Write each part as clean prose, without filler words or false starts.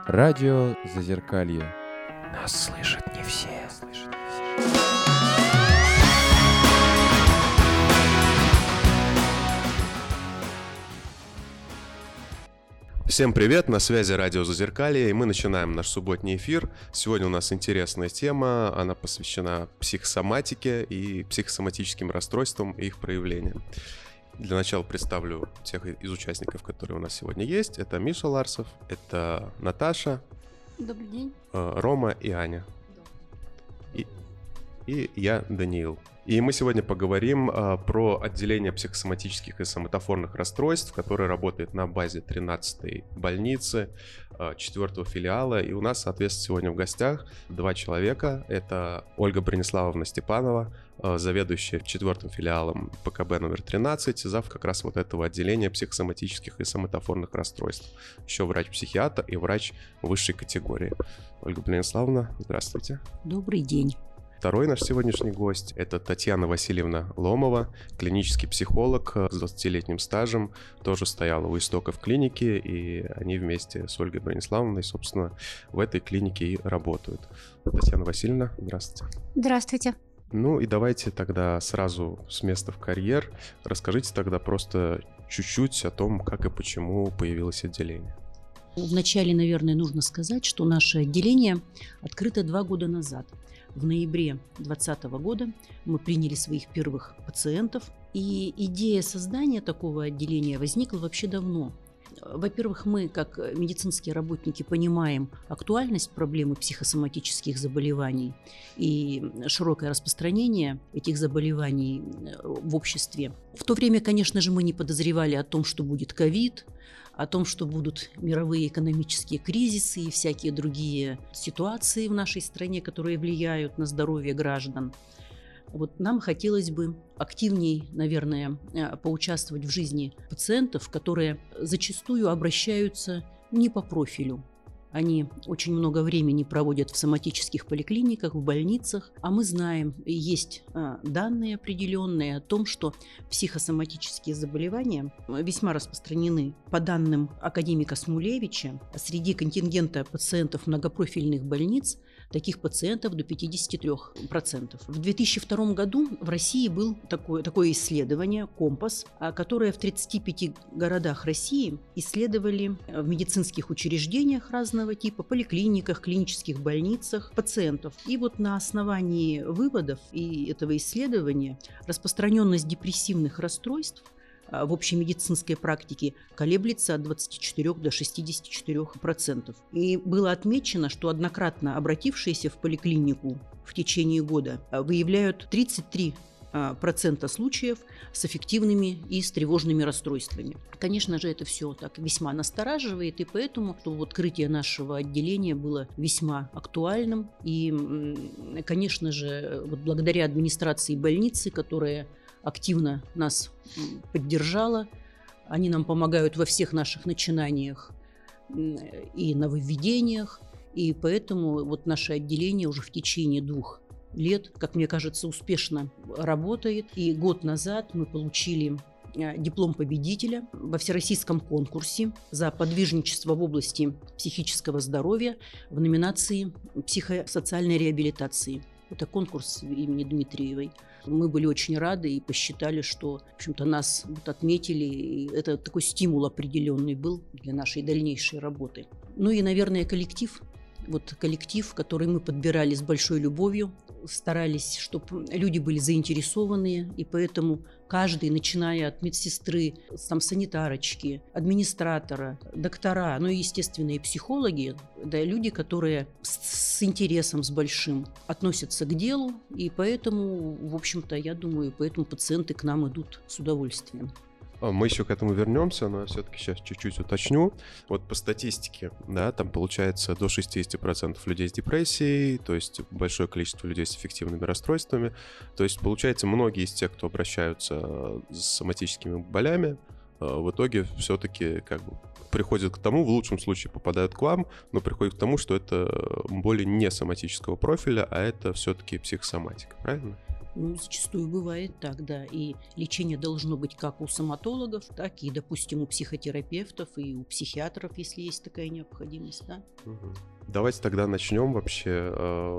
Радио Зазеркалье. Нас слышат не все. Всем привет, на связи радио Зазеркалье, и мы начинаем наш субботний эфир. Сегодня у нас интересная тема, она посвящена психосоматике и психосоматическим расстройствам и их проявлениям. Для начала представлю тех из участников, которые у нас сегодня есть. Это Миша Ларсов, это Наташа. Добрый день. Рома и Аня. И я, Даниил. И мы сегодня поговорим про отделение психосоматических и соматофорных расстройств, которое работает на базе 13-й больницы, 4-го филиала. И у нас, соответственно, сегодня в гостях два человека. Это Ольга Брониславовна Степанова, заведующая 4-м филиалом ПКБ номер 13, зав. Как раз вот этого отделения психосоматических и соматофорных расстройств. Еще врач-психиатр и врач высшей категории. Ольга Брониславовна, здравствуйте. Добрый день. Второй наш сегодняшний гость – это Татьяна Васильевна Ломова, клинический психолог с 20-летним стажем, тоже стояла у истоков клиники, и они вместе с Ольгой Брониславовной, собственно, в этой клинике и работают. Татьяна Васильевна, здравствуйте. Здравствуйте. Ну и давайте тогда сразу с места в карьер. Расскажите тогда просто чуть-чуть о том, как и почему появилось отделение. Вначале, наверное, нужно сказать, что наше отделение открыто 2 года назад. В ноябре 2020 года мы приняли своих первых пациентов, и идея создания такого отделения возникла вообще давно. Во-первых, мы, как медицинские работники, понимаем актуальность проблемы психосоматических заболеваний и широкое распространение этих заболеваний в обществе. В то время, конечно же, мы не подозревали о том, что будет ковид, о том, что будут мировые экономические кризисы и всякие другие ситуации в нашей стране, которые влияют на здоровье граждан. Вот нам хотелось бы активнее, наверное, поучаствовать в жизни пациентов, которые зачастую обращаются не по профилю. Они очень много времени проводят в соматических поликлиниках, в больницах, а мы знаем, есть данные определенные о том, что психосоматические заболевания весьма распространены. По данным академика Смулевича, среди контингента пациентов многопрофильных больниц таких пациентов до 53%. В 2002 году в России было такое исследование «Компас», которое в 35 городах России исследовали в медицинских учреждениях разного типа, поликлиниках, клинических больницах пациентов. И вот на основании выводов и этого исследования распространенность депрессивных расстройств в общемедицинской практике колеблется от 24 до 64%. И было отмечено, что однократно обратившиеся в поликлинику в течение года выявляют 33% случаев с аффективными и с тревожными расстройствами. Конечно же, это все так весьма настораживает, и поэтому открытие нашего отделения было весьма актуальным. И, конечно же, благодаря администрации больницы, которая активно нас поддержала, они нам помогают во всех наших начинаниях и нововведениях, и поэтому наше отделение уже в течение 2 лет, как мне кажется, успешно работает. И год назад мы получили диплом победителя во всероссийском конкурсе за подвижничество в области психического здоровья в номинации психосоциальной реабилитации. Это конкурс имени Дмитриевой. Мы были очень рады и посчитали, что, в общем-то, нас отметили. И это такой стимул определенный был для нашей дальнейшей работы. Ну и, наверное, коллектив, который мы подбирали с большой любовью, старались, чтобы люди были заинтересованные, и поэтому каждый, начиная от медсестры, санитарочки, администратора, доктора, ну и, естественно, и психологи, да, люди, которые с интересом, с большим относятся к делу, и поэтому, в общем-то, я думаю, поэтому пациенты к нам идут с удовольствием. Мы еще к этому вернемся, но я все-таки сейчас чуть-чуть уточню. По статистике, да, там получается до 60% людей с депрессией, то есть большое количество людей с аффективными расстройствами. То есть, получается, многие из тех, кто обращаются с соматическими болями, в итоге все-таки приходят к тому, в лучшем случае попадают к вам, но приходят к тому, что это боли не соматического профиля, а это все-таки психосоматика, правильно? Ну, зачастую бывает так, да. И лечение должно быть как у соматологов, так и, допустим, у психотерапевтов и у психиатров, если есть такая необходимость, да. Давайте тогда начнем вообще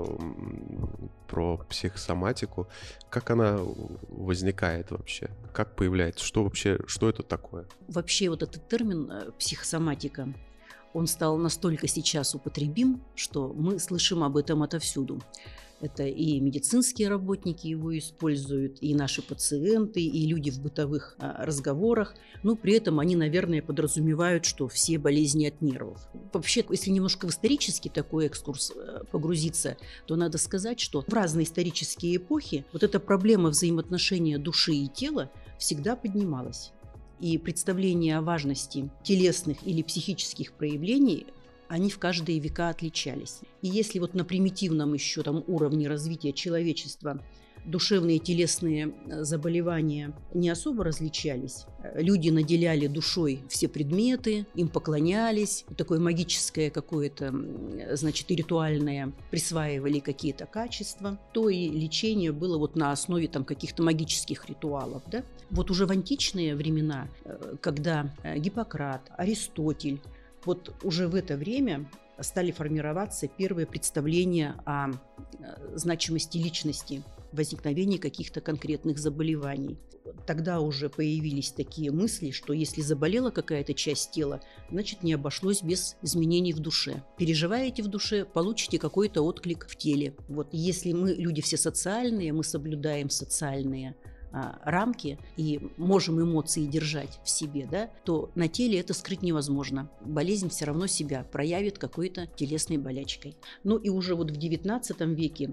про психосоматику. Как она возникает вообще? Как появляется? Что это такое? Вообще вот этот термин психосоматика, он стал настолько сейчас употребим, что мы слышим об этом отовсюду. Это и медицинские работники его используют, и наши пациенты, и люди в бытовых разговорах. Но при этом они, наверное, подразумевают, что все болезни от нервов. Вообще, если немножко в исторический такой экскурс погрузиться, то надо сказать, что в разные исторические эпохи вот эта проблема взаимоотношения души и тела всегда поднималась. И представления о важности телесных или психических проявлений они в каждые века отличались. И если вот на примитивном еще там уровне развития человечества душевные и телесные заболевания не особо различались, люди наделяли душой все предметы, им поклонялись, такое магическое какое-то, значит, и ритуальное, присваивали какие-то качества, то и лечение было вот на основе там каких-то магических ритуалов, да? Вот уже в античные времена, когда Гиппократ, Аристотель, вот уже в это время стали формироваться первые представления о значимости личности, возникновении каких-то конкретных заболеваний. Тогда уже появились такие мысли, что если заболела какая-то часть тела, значит, не обошлось без изменений в душе. Переживаете в душе, получите какой-то отклик в теле. Вот если мы люди все социальные, мы соблюдаем социальные рамки и можем эмоции держать в себе, да, то на теле это скрыть невозможно. Болезнь все равно себя проявит какой-то телесной болячкой. Ну и уже вот в XIX веке,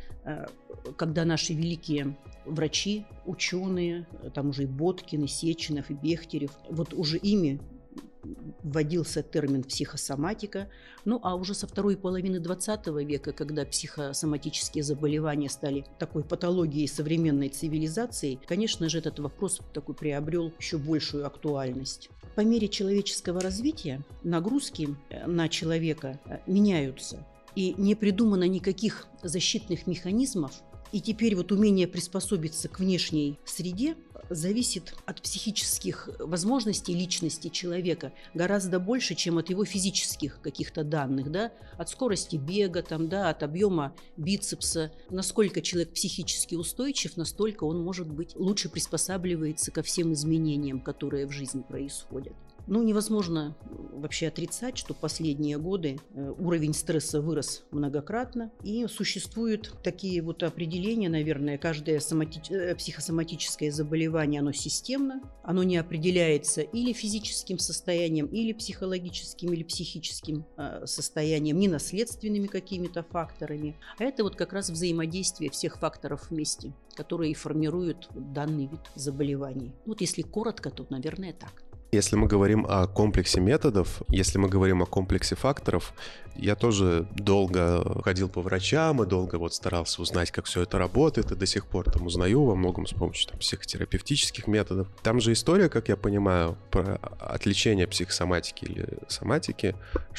когда наши великие врачи, ученые, там уже и Боткин, и Сеченов, и Бехтерев, вот уже ими вводился термин психосоматика. Ну а уже со второй половины XX века, когда психосоматические заболевания стали такой патологией современной цивилизации, конечно же, этот вопрос такой приобрел еще большую актуальность. По мере человеческого развития нагрузки на человека меняются, и не придумано никаких защитных механизмов. И теперь вот умение приспособиться к внешней среде зависит от психических возможностей личности человека гораздо больше, чем от его физических каких-то данных, да? От скорости бега, там, да, от объема бицепса. Насколько человек психически устойчив, настолько он, может быть, лучше приспосабливается ко всем изменениям, которые в жизни происходят. Ну, невозможно вообще отрицать, что последние годы уровень стресса вырос многократно, и существуют такие вот определения, наверное, каждое психосоматическое заболевание, оно системно, оно не определяется или физическим состоянием, или психологическим, или психическим состоянием, не наследственными какими-то факторами, а это вот как раз взаимодействие всех факторов вместе, которые и формируют данный вид заболеваний. Вот если коротко, то, наверное, так. Если мы говорим о комплексе методов, если мы говорим о комплексе факторов, я тоже долго ходил по врачам и долго вот старался узнать, как все это работает, и до сих пор там узнаю во многом с помощью там психотерапевтических методов. Там же история, как я понимаю, про отличение психосоматики или соматики,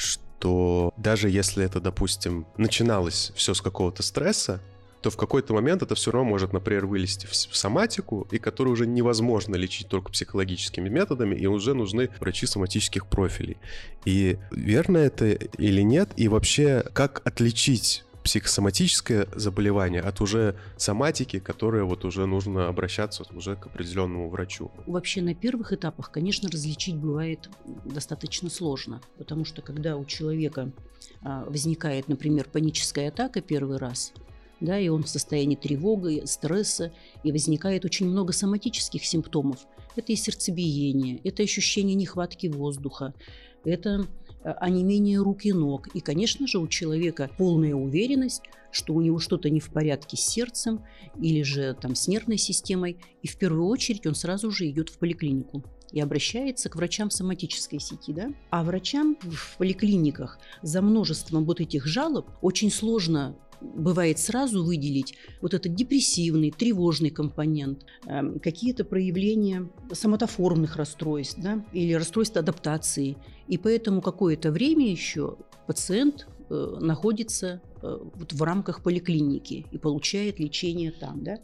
что даже если это, допустим, начиналось все с какого-то стресса, то в какой-то момент это все равно может, например, вылезти в соматику, и которую уже невозможно лечить только психологическими методами, и уже нужны врачи соматических профилей. И верно это или нет? И вообще, как отличить психосоматическое заболевание от уже соматики, которое вот уже нужно обращаться уже к определенному врачу? Вообще на первых этапах, конечно, различить бывает достаточно сложно, потому что когда у человека возникает, например, паническая атака первый раз, да, и он в состоянии тревоги, стресса, и возникает очень много соматических симптомов. Это и сердцебиение, это ощущение нехватки воздуха, это онемение рук и ног. И, конечно же, у человека полная уверенность, что у него что-то не в порядке с сердцем или же там с нервной системой. И в первую очередь он сразу же идет в поликлинику и обращается к врачам соматической сети, да? А врачам в поликлиниках за множеством вот этих жалоб очень сложно бывает сразу выделить вот этот депрессивный, тревожный компонент, какие-то проявления соматоформных расстройств, да, или расстройств адаптации. И поэтому какое-то время еще пациент находится вот в рамках поликлиники и получает лечение там, да.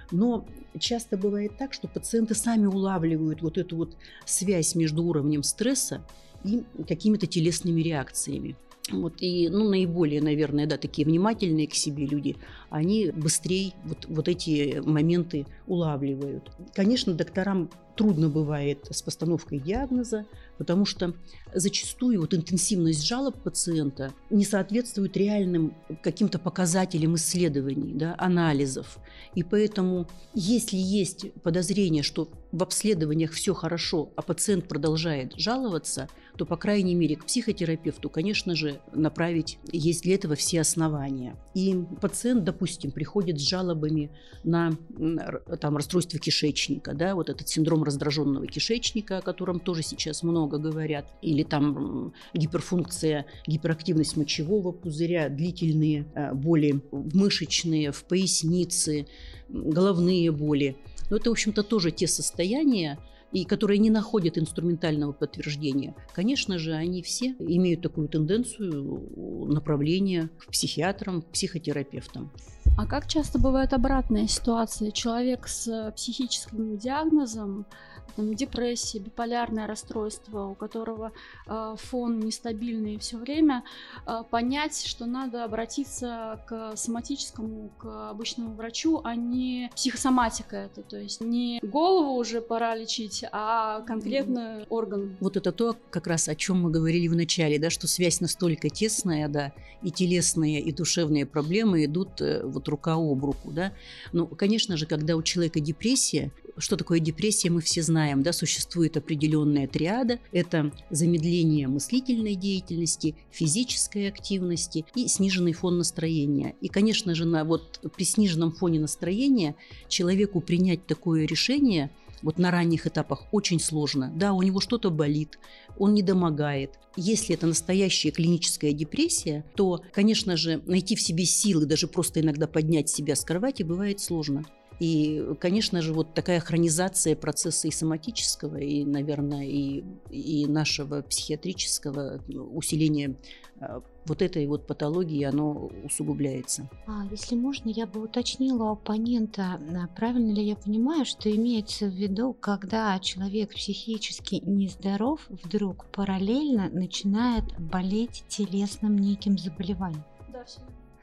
Но часто бывает так, что пациенты сами улавливают вот эту вот связь между уровнем стресса и какими-то телесными реакциями. Вот, и наиболее, наверное, такие внимательные к себе люди, они быстрее вот эти моменты улавливают. Конечно, докторам трудно бывает с постановкой диагноза, потому что зачастую интенсивность жалоб пациента не соответствует реальным каким-то показателям исследований, анализов. И поэтому, если есть подозрение, что в обследованиях все хорошо, а пациент продолжает жаловаться, то, по крайней мере, к психотерапевту, конечно же, направить есть для этого все основания. И пациент, допустим, приходит с жалобами на расстройство кишечника, этот синдром раздраженного кишечника, о котором тоже сейчас много говорят, или гиперфункция, гиперактивность мочевого пузыря, длительные боли мышечные, в пояснице, головные боли. Но это, в общем-то, тоже те состояния, которые не находят инструментального подтверждения. Конечно же, они все имеют такую тенденцию направления к психиатрам, к психотерапевтам. А как часто бывают обратные ситуации? Человек с психическим диагнозом, депрессия, биполярное расстройство, у которого фон нестабильный все время, понять, что надо обратиться к соматическому, к обычному врачу, а не психосоматика это, то есть не голову уже пора лечить, а конкретно орган. Вот это то, как раз о чем мы говорили в начале, что связь настолько тесная, и телесные, и душевные проблемы идут рука об руку, Ну, конечно же, когда у человека депрессия, что такое депрессия, мы все знаем, существует определенная триада. Это замедление мыслительной деятельности, физической активности и сниженный фон настроения. И, конечно же, при сниженном фоне настроения человеку принять такое решение на ранних этапах очень сложно. У него что-то болит, он недомогает. Если это настоящая клиническая депрессия, то, конечно же, найти в себе силы, даже просто иногда поднять себя с кровати бывает сложно. И, конечно же, такая хронизация процесса и соматического, и, наверное, и нашего психиатрического усиления этой патологии, оно усугубляется. Если можно, я бы уточнила у оппонента, правильно ли я понимаю, что имеется в виду, когда человек психически нездоров, вдруг параллельно начинает болеть телесным неким заболеванием? Да, все.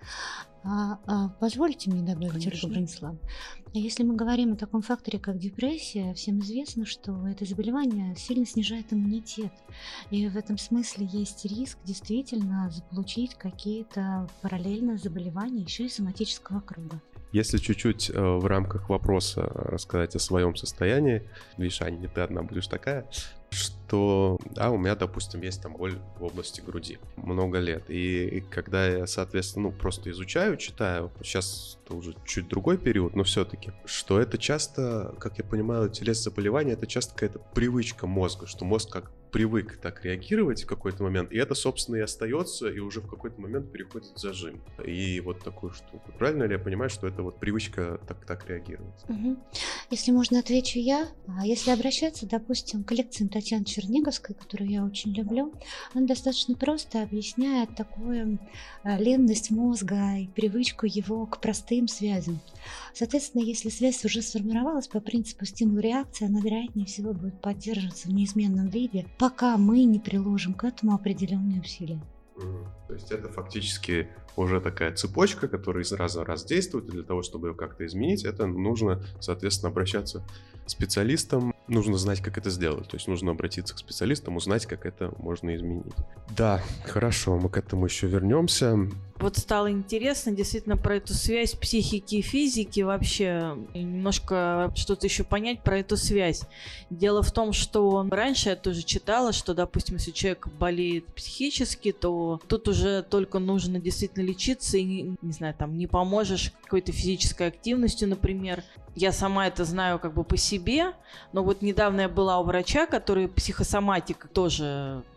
Позвольте мне добавить, Ольга Брониславовна. Если мы говорим о таком факторе, как депрессия, всем известно, что это заболевание сильно снижает иммунитет. И в этом смысле есть риск действительно заполучить какие-то параллельные заболевания еще и соматического круга. Если чуть-чуть в рамках вопроса рассказать о своем состоянии, видишь, Аня, не ты одна будешь такая, что, у меня, допустим, есть боль в области груди много лет. И когда я, соответственно, просто изучаю, читаю, сейчас это уже чуть другой период, но все-таки, что это часто, как я понимаю, телесные заболевания, это часто какая-то привычка мозга, что мозг как привык так реагировать в какой-то момент, и это, собственно, и остается, и уже в какой-то момент переходит в зажим. И такую штуку. Правильно ли я понимаю, что это привычка так реагировать? Угу. Если можно, отвечу я. Если обращаться, допустим, к лекциям Татьяны Черниговской, которую я очень люблю, она достаточно просто объясняет такую ленность мозга и привычку его к простым связям. Соответственно, если связь уже сформировалась по принципу стимул-реакции, она, вероятнее всего, будет поддерживаться в неизменном виде, пока мы не приложим к этому определенные усилия. То есть это фактически уже такая цепочка, которая из раза в раз действует, и для того, чтобы ее как-то изменить, это нужно, соответственно, обращаться к специалистам, нужно знать, как это сделать, то есть нужно обратиться к специалистам, узнать, как это можно изменить. Да, хорошо, мы к этому еще вернемся. Стало интересно действительно про эту связь психики и физики, вообще немножко что-то еще понять про эту связь. Дело в том, что раньше я тоже читала, что, допустим, если человек болеет психически, то тут уже только нужно действительно лечиться, и, не знаю, не поможешь какой-то физической активностью, например. Я сама это знаю по себе, но недавно я была у врача, который психосоматик тоже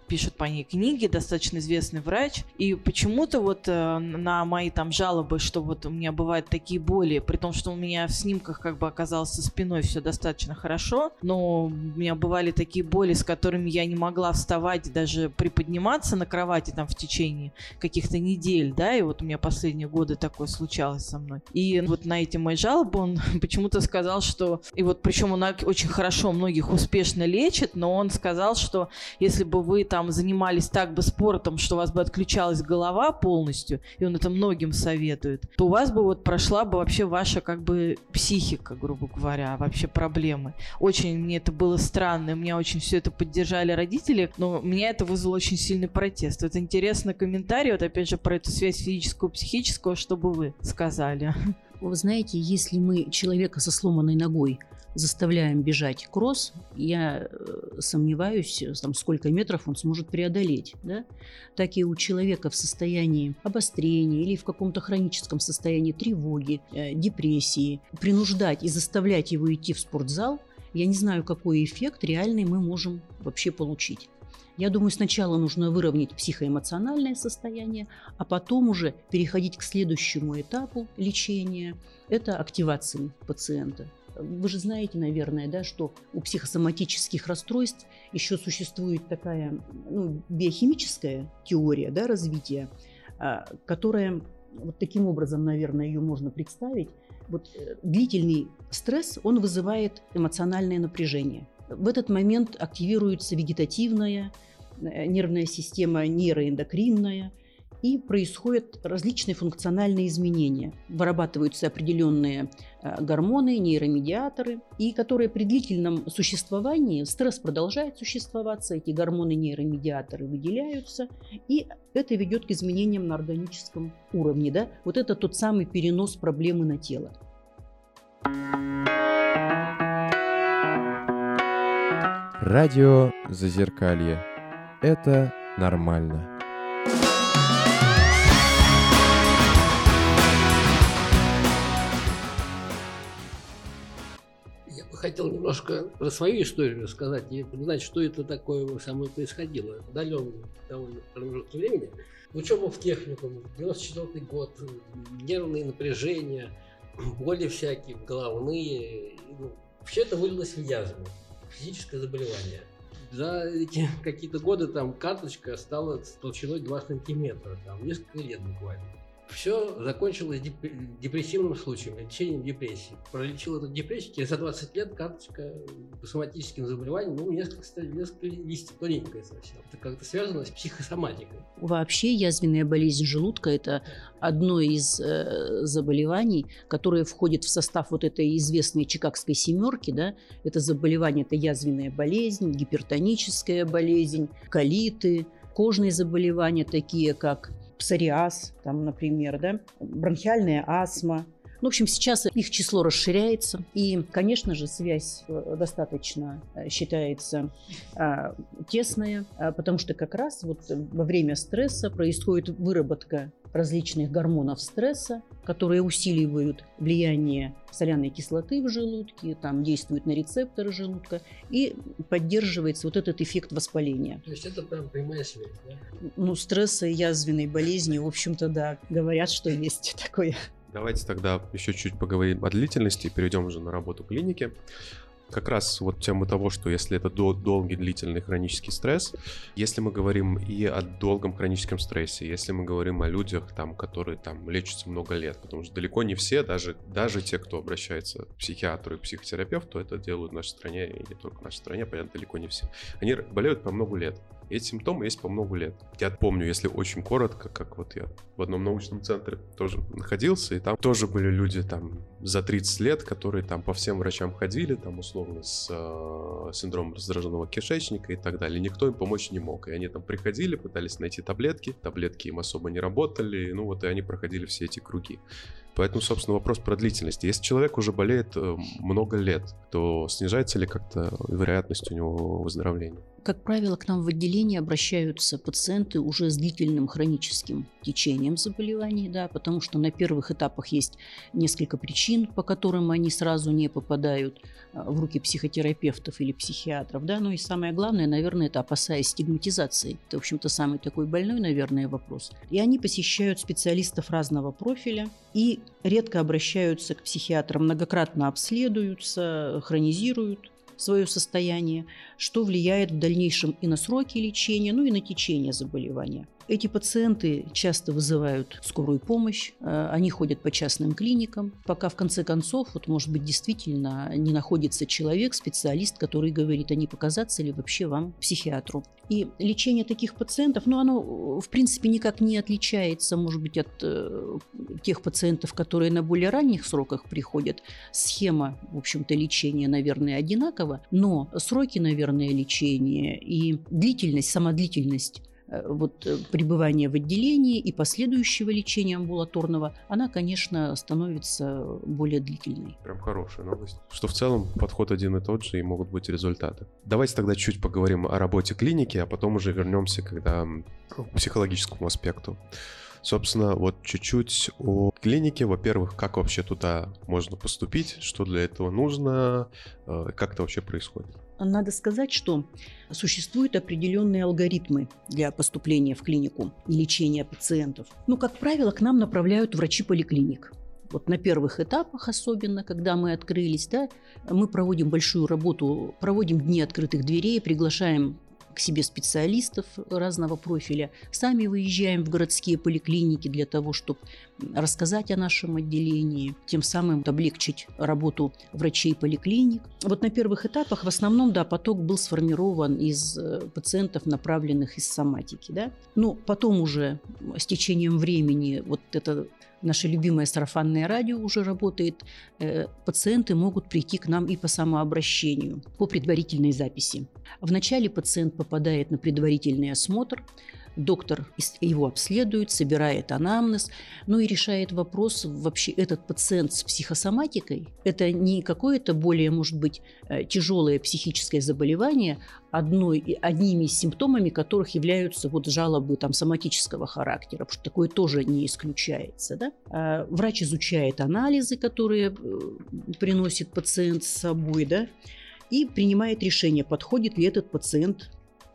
пишет по ней книги, достаточно известный врач. И почему-то вот на мои там жалобы, что вот у меня бывают такие боли, при том, что у меня в снимках как бы оказалось со спиной все достаточно хорошо, но у меня бывали такие боли, с которыми я не могла вставать, даже приподниматься на кровати там в течение каких-то недель, да, и вот у меня последние годы такое случалось со мной. И вот на эти мои жалобы он почему-то сказал, что... И вот причем он очень хорошо многих успешно лечит, но он сказал, что если бы вы там занимались так бы спортом, что у вас бы отключалась голова полностью, и он это многим советует, то у вас бы вот прошла бы вообще ваша как бы психика, грубо говоря, вообще проблемы. Очень мне это было странно, и меня очень все это поддержали родители, но меня это вызвало очень сильный протест. Вот интересный комментарий, вот опять же про эту связь физического и психического, что бы вы сказали? Вы знаете, если мы человека со сломанной ногой заставляем бежать кросс, я сомневаюсь, там, сколько метров он сможет преодолеть. Да? Так и у человека в состоянии обострения или в каком-то хроническом состоянии тревоги, депрессии, принуждать и заставлять его идти в спортзал, я не знаю, какой эффект реальный мы можем вообще получить. Я думаю, сначала нужно выровнять психоэмоциональное состояние, а потом уже переходить к следующему этапу лечения – это активация пациента. Вы же знаете, наверное, да, что у психосоматических расстройств еще существует такая биохимическая теория, да, развития, которая вот таким образом, наверное, ее можно представить. Вот длительный стресс, он вызывает эмоциональное напряжение. В этот момент активируется вегетативная нервная система, нейроэндокринная, и происходят различные функциональные изменения. Вырабатываются определенные гормоны, нейромедиаторы, и которые при длительном существовании, стресс продолжает существоваться, эти гормоны, нейромедиаторы выделяются, и это ведет к изменениям на органическом уровне. Да? Вот это тот самый перенос проблемы на тело. Радио Зазеркалье. Это нормально. Я бы хотел немножко про свою историю рассказать и узнать, что это такое со мной происходило. В далеком довольно промежутке времени. Учеба в техникуме, 94 год, нервные напряжения, боли всякие, головные. Все это вылилось в язву, физическое заболевание. За эти какие-то годы там карточка стала с толщиной 2 сантиметра, там несколько лет буквально. Все закончилось депрессивным случаем, лечением депрессии. Пролечил эту депрессию, через 20 лет карточка по соматическим заболеваниям, несколько листьев, тоненькая совсем. Это как-то связано с психосоматикой. Вообще язвенная болезнь желудка – это одно из заболеваний, которое входит в состав вот этой известной Чикагской семерки. Да? Это заболевание – это язвенная болезнь, гипертоническая болезнь, колиты, кожные заболевания, такие как псориаз, там, например, да? Бронхиальная астма. В общем, сейчас их число расширяется, и, конечно же, связь достаточно считается тесная, потому что как раз вот во время стресса происходит выработка различных гормонов стресса, которые усиливают влияние соляной кислоты в желудке, там действуют на рецепторы желудка, и поддерживается вот этот эффект воспаления. То есть это прям прямая связь, да? Стресса и язвенной болезни, в общем-то, да, говорят, что есть такое. Давайте тогда еще чуть поговорим о длительности и перейдем уже на работу клиники. Как раз вот тему того, что если это долгий, длительный хронический стресс, если мы говорим и о долгом хроническом стрессе, если мы говорим о людях, там, которые там лечатся много лет, потому что далеко не все, даже те, кто обращается к психиатру и психотерапевту, это делают в нашей стране, и не только в нашей стране, понятно, далеко не все. Они болеют по много лет. И эти симптомы есть по много лет. Я помню, если очень коротко, как вот я в одном научном центре тоже находился, и там тоже были люди там за 30 лет, которые там по всем врачам ходили, там условно с синдромом раздраженного кишечника и так далее. Никто им помочь не мог. И они там приходили, пытались найти таблетки им особо не работали, и они проходили все эти круги. Поэтому, собственно, вопрос про длительность. Если человек уже болеет много лет, то снижается ли как-то вероятность у него выздоровления? Как правило, к нам в отделение обращаются пациенты уже с длительным хроническим течением заболеваний, да, потому что на первых этапах есть несколько причин, по которым они сразу не попадают в руки психотерапевтов или психиатров. Да. Ну и самое главное, наверное, это опасаясь стигматизации. Это, в общем-то, самый такой больной, наверное, вопрос. И они посещают специалистов разного профиля и редко обращаются к психиатрам, многократно обследуются, хронизируют свое состояние, что влияет в дальнейшем и на сроки лечения, ну и на течение заболевания. Эти пациенты часто вызывают скорую помощь, они ходят по частным клиникам, пока в конце концов, вот, может быть, действительно не находится человек, специалист, который говорит, а не показаться ли вообще вам психиатру. И лечение таких пациентов, ну, оно, в принципе, никак не отличается, может быть, от тех пациентов, которые на более ранних сроках приходят. Схема, в общем-то, лечения, наверное, одинакова, но сроки, наверное, лечения и длительность, самодлительность вот пребывания в отделении и последующего лечения амбулаторного, она, конечно, становится более длительной. Прям хорошая новость. Что в целом подход один и тот же, и могут быть результаты. Давайте тогда чуть поговорим о работе клиники, а потом уже вернемся к психологическому аспекту. Собственно, вот чуть-чуть о клинике. Во-первых, как вообще туда можно поступить, что для этого нужно, как это вообще происходит? Надо сказать, что существуют определенные алгоритмы для поступления в клинику и лечения пациентов. Ну, как правило, к нам направляют врачи поликлиник. Вот на первых этапах, особенно, когда мы открылись, да, мы проводим большую работу, проводим дни открытых дверей, приглашаем к себе специалистов разного профиля. Сами выезжаем в городские поликлиники для того, чтобы рассказать о нашем отделении, тем самым облегчить работу врачей поликлиник. Вот на первых этапах в основном, да, поток был сформирован из пациентов, направленных из соматики. Да? Но потом уже с течением времени вот это наше любимое сарафанное радио уже работает. Пациенты могут прийти к нам и по самообращению, по предварительной записи. Вначале пациент попадает на предварительный осмотр, доктор его обследует, собирает анамнез, ну и решает вопрос, вообще этот пациент с психосоматикой, это не какое-то более, может быть, тяжелое психическое заболевание, одними из симптомами которых являются вот жалобы там, соматического характера, потому что такое тоже не исключается. Да? Врач изучает анализы, которые приносит пациент с собой, да, и принимает решение, подходит ли этот пациент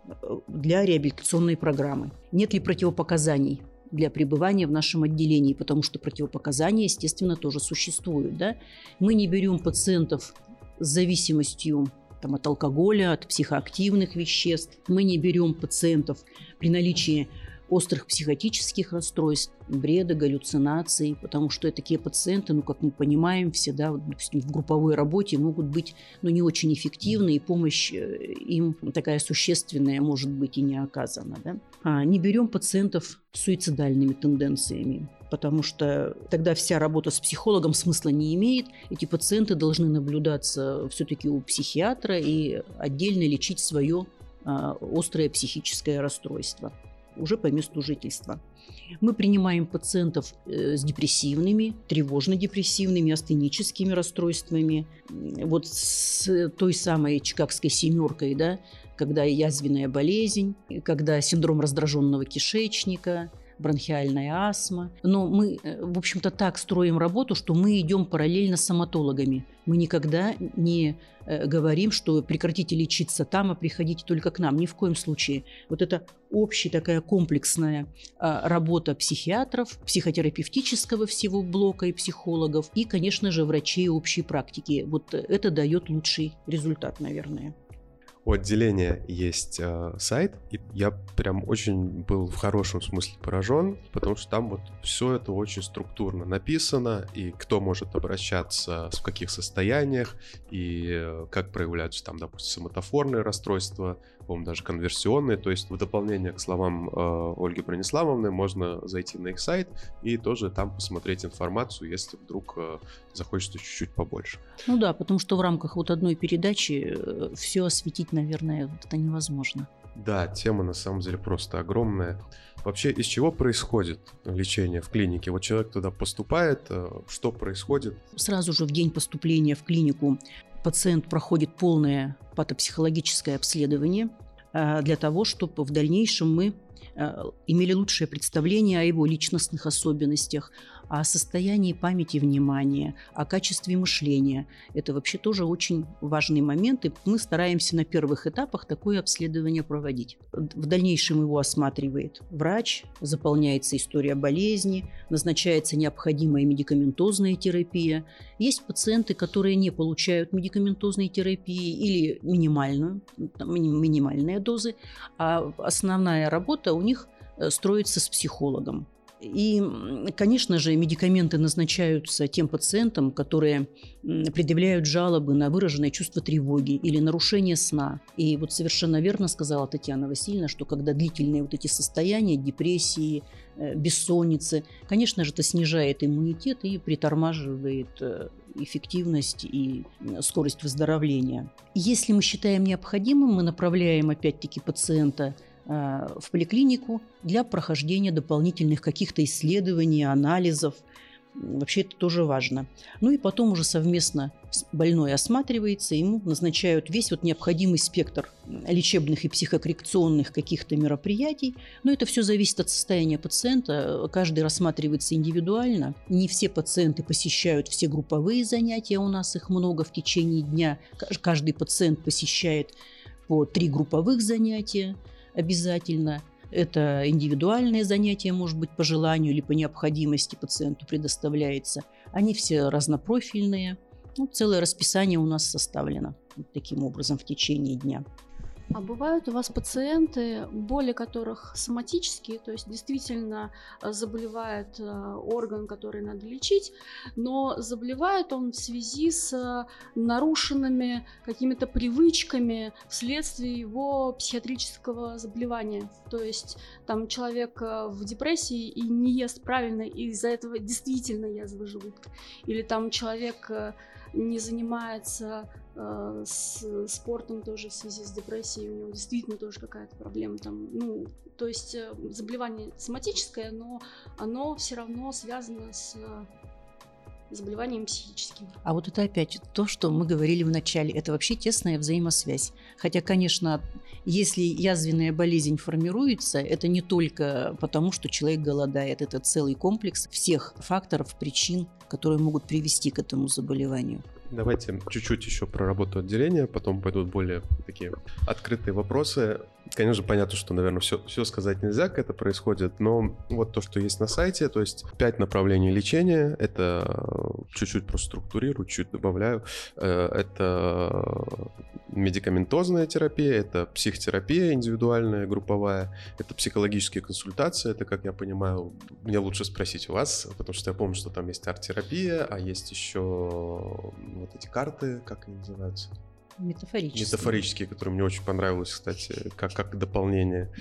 для реабилитационной программы. Нет ли противопоказаний для пребывания в нашем отделении, потому что противопоказания, естественно, тоже существуют. Да? Мы не берем пациентов с зависимостью там, от алкоголя, от психоактивных веществ. Мы не берем пациентов при наличии острых психотических расстройств, бреда, галлюцинаций, потому что такие пациенты, ну, как мы понимаем, всегда, вот, допустим, в групповой работе могут быть, ну, не очень эффективны, и помощь им такая существенная может быть и не оказана. Да? Не берем пациентов с суицидальными тенденциями, потому что тогда вся работа с психологом смысла не имеет. Эти пациенты должны наблюдаться все-таки у психиатра и отдельно лечить свое острое психическое расстройство уже по месту жительства. Мы принимаем пациентов с депрессивными, тревожно-депрессивными, астеническими расстройствами. Вот с той самой чикагской семеркой, да, когда язвенная болезнь, когда синдром раздраженного кишечника, бронхиальная астма. Но мы, в общем-то, так строим работу, что мы идем параллельно с стоматологами. Мы никогда не говорим, что прекратите лечиться там, а приходите только к нам. Ни в коем случае. Вот это общая такая комплексная работа психиатров, психотерапевтического всего блока и психологов, и, конечно же, врачей общей практики. Вот это дает лучший результат, наверное. У отделения есть сайт, и я прям очень был в хорошем смысле поражен, потому что там вот все это очень структурно написано, и кто может обращаться, в каких состояниях, и как проявляются там, допустим, соматофорные расстройства. по-моему, даже конверсионные. То есть в дополнение к словам Ольги Брониславовны можно зайти на их сайт и тоже там посмотреть информацию, если вдруг захочется чуть-чуть побольше. Ну да, потому что в рамках вот одной передачи все осветить, наверное, вот это невозможно. Да, тема на самом деле просто огромная. Вообще, из чего происходит лечение в клинике? Вот человек туда поступает, что происходит? Сразу же в день поступления в клинику пациент проходит полное патопсихологическое обследование для того, чтобы в дальнейшем мы имели лучшее представление о его личностных особенностях, о состоянии памяти и внимания, о качестве мышления. Это вообще тоже очень важный момент, и мы стараемся на первых этапах такое обследование проводить. В дальнейшем его осматривает врач, заполняется история болезни, назначается необходимая медикаментозная терапия. Есть пациенты, которые не получают медикаментозной терапии или минимальные дозы, а основная работа у них строится с психологом. И, конечно же, медикаменты назначаются тем пациентам, которые предъявляют жалобы на выраженное чувство тревоги или нарушение сна. И вот совершенно верно сказала Татьяна Васильевна, что когда длительные вот эти состояния, депрессии, бессонницы, конечно же, это снижает иммунитет и притормаживает эффективность и скорость выздоровления. Если мы считаем необходимым, мы направляем опять-таки пациента в поликлинику для прохождения дополнительных каких-то исследований, анализов. Вообще это тоже важно. Ну и потом уже совместно больной осматривается, ему назначают весь вот необходимый спектр лечебных и психокоррекционных каких-то мероприятий. Но это все зависит от состояния пациента. Каждый рассматривается индивидуально. Не все пациенты посещают все групповые занятия, у нас их много в течение дня. Каждый пациент посещает по 3 групповых занятия обязательно. Это индивидуальные занятия, может быть, по желанию или по необходимости пациенту предоставляется. Они все разнопрофильные. Целое расписание у нас составлено таким образом в течение дня. А бывают у вас пациенты, боли которых соматические, то есть действительно заболевает орган, который надо лечить, но заболевает он в связи с нарушенными какими-то привычками вследствие его психиатрического заболевания. То есть там человек в депрессии и не ест правильно, и из-за этого действительно язва желудка. Или там человек не занимается спортом тоже в связи с депрессией, у него действительно тоже какая-то проблема там, то есть заболевание соматическое, но оно все равно связано с заболеванием психическим. А вот это опять то, что мы говорили в начале, это вообще тесная взаимосвязь. Хотя, конечно, если язвенная болезнь формируется, это не только потому, что человек голодает, это целый комплекс всех факторов, причин, которые могут привести к этому заболеванию. Давайте чуть-чуть еще про работу отделения, потом пойдут более такие открытые вопросы. Конечно, понятно, что, наверное, все сказать нельзя, как это происходит, но вот то, что есть на сайте, то есть 5 направлений лечения, это чуть-чуть просто структурирую, чуть добавляю, это медикаментозная терапия, это психотерапия индивидуальная, групповая, это психологические консультации, это, как я понимаю, мне лучше спросить у вас, потому что я помню, что там есть арт-терапия, а есть еще вот эти карты, как они называются? Метафорические, которые мне очень понравилось, кстати, как дополнение,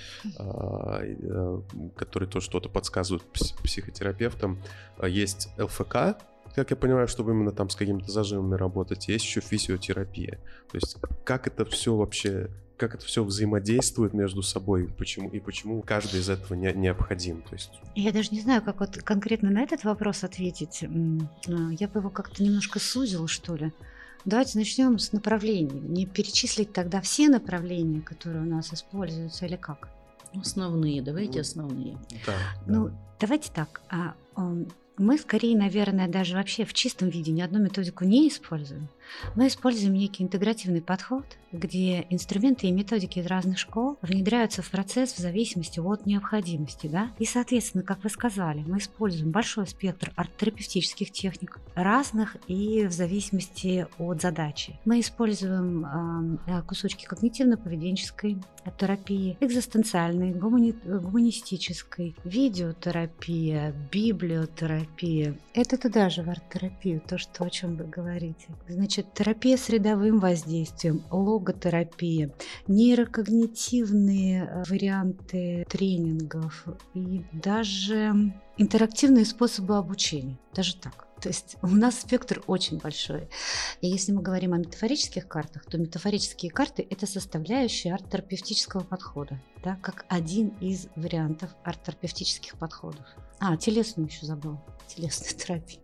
которые тоже что-то подсказывают психотерапевтам. Есть ЛФК, как я понимаю, чтобы именно там с какими-то зажимами работать. Есть еще физиотерапия. То есть как это все вообще, как это все взаимодействует между собой, и почему каждый из этого необходим. То есть... Я даже не знаю, как вот конкретно на этот вопрос ответить. Я бы его как-то немножко сузила, что ли. Давайте начнем с направлений. Не перечислить тогда все направления, которые у нас используются, или как? Основные, давайте основные. Да. Давайте так. Мы скорее, наверное, даже вообще в чистом виде ни одну методику не используем. Мы используем некий интегративный подход, где инструменты и методики из разных школ внедряются в процесс в зависимости от необходимости. Да? И, соответственно, как вы сказали, мы используем большой спектр арт-терапевтических техник, разных и в зависимости от задачи. Мы используем кусочки когнитивно-поведенческой терапии, экзистенциальной, гуманистической, видеотерапия, библиотерапия. Это туда же в арт-терапию, то, о чем вы говорите. Значит, Значит, терапия с рядовым воздействием, логотерапия, нейрокогнитивные варианты тренингов и даже интерактивные способы обучения. Даже так. То есть у нас спектр очень большой. И если мы говорим о метафорических картах, то метафорические карты – это составляющая арт-терапевтического подхода, да, как один из вариантов арт-терапевтических подходов. Телесную еще забыла. Телесную терапию.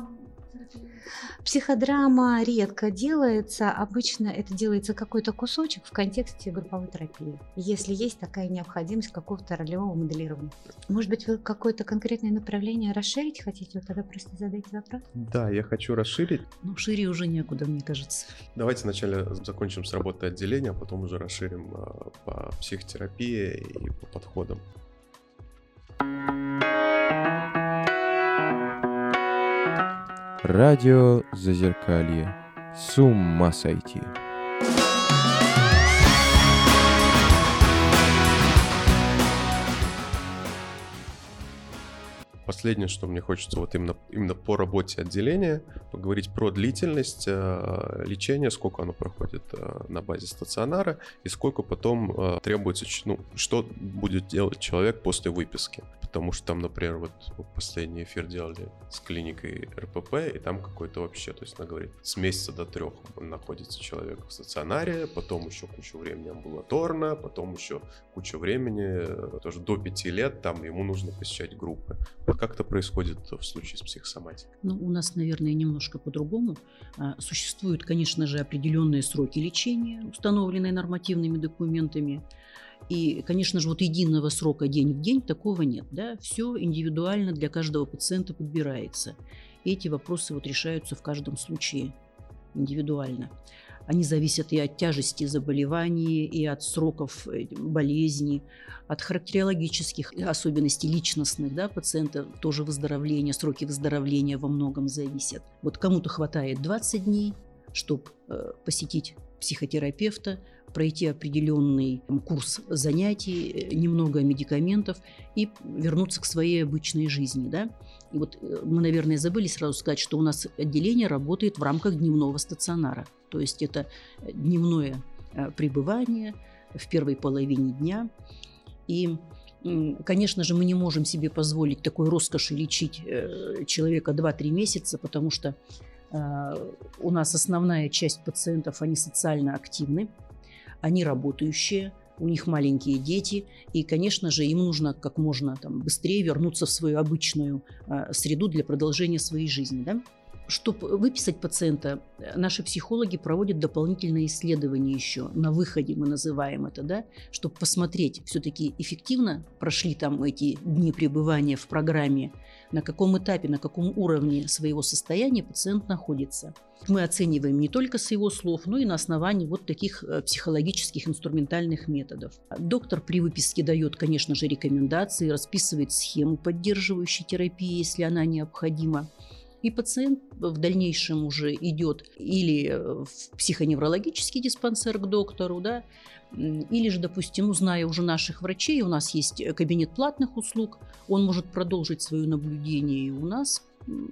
Психодрама редко делается, обычно это делается какой-то кусочек в контексте групповой терапии, если есть такая необходимость какого-то ролевого моделирования. Может быть, вы какое-то конкретное направление расширить хотите? Вот тогда просто задайте вопрос. Да, я хочу расширить. Шире уже некуда, мне кажется. Давайте вначале закончим с работой отделения, а потом уже расширим по психотерапии и по подходам. Радио Зазеркалье. С ума сойти. Последнее, что мне хочется вот именно по работе отделения, поговорить про длительность лечения, сколько оно проходит на базе стационара и сколько потом требуется, что будет делать человек после выписки. Потому что там, например, вот последний эфир делали с клиникой РПП, и там какой-то вообще, то есть она говорит, с месяца до 3 находится человек в стационаре, потом еще кучу времени амбулаторно, потом еще кучу времени, тоже до 5 лет, там ему нужно посещать группы. Вот как это происходит в случае с психосоматикой? У нас, наверное, немножко по-другому. Существуют, конечно же, определенные сроки лечения, установленные нормативными документами. И, конечно же, вот единого срока день в день такого нет. Да? Все индивидуально для каждого пациента подбирается. И эти вопросы вот решаются в каждом случае индивидуально. Они зависят и от тяжести заболеваний, и от сроков болезни, от характерологических особенностей личностных, да, пациента, тоже выздоровления, сроки выздоровления во многом зависят. Вот кому-то хватает 20 дней, чтобы посетить психотерапевта, пройти определенный курс занятий, немного медикаментов и вернуться к своей обычной жизни. Да? И вот мы, наверное, забыли сразу сказать, что у нас отделение работает в рамках дневного стационара. То есть это дневное пребывание в первой половине дня. И, конечно же, мы не можем себе позволить такой роскоши лечить человека 2-3 месяца, потому что у нас основная часть пациентов, они социально активны, они работающие, у них маленькие дети, и, конечно же, им нужно как можно быстрее вернуться в свою обычную среду для продолжения своей жизни. Да? Чтобы выписать пациента, наши психологи проводят дополнительные исследования еще на выходе, мы называем это, да, чтобы посмотреть, все-таки эффективно прошли там эти дни пребывания в программе, на каком этапе, на каком уровне своего состояния пациент находится. Мы оцениваем не только с его слов, но и на основании вот таких психологических инструментальных методов. Доктор при выписке дает, конечно же, рекомендации, расписывает схему поддерживающей терапии, если она необходима. И пациент в дальнейшем уже идет или в психоневрологический диспансер к доктору, да, или же, допустим, зная уже наших врачей, у нас есть кабинет платных услуг, он может продолжить свое наблюдение и у нас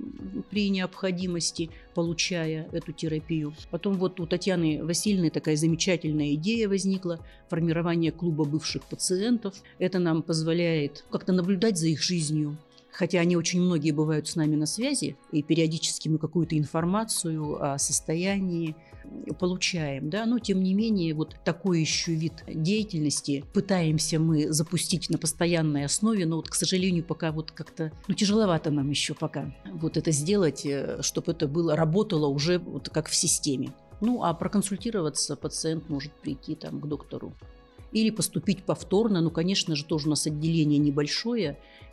при необходимости, получая эту терапию. Потом вот у Татьяны Васильевны такая замечательная идея возникла, формирование клуба бывших пациентов. Это нам позволяет как-то наблюдать за их жизнью. Хотя они очень многие бывают с нами на связи, и периодически мы какую-то информацию о состоянии получаем, да, но тем не менее вот такой еще вид деятельности пытаемся мы запустить на постоянной основе, но вот, к сожалению, пока вот как-то, тяжеловато нам еще пока вот это сделать, чтобы это работало уже вот как в системе. А проконсультироваться пациент может прийти к доктору. Или поступить повторно. Конечно же, тоже у нас отделение небольшое.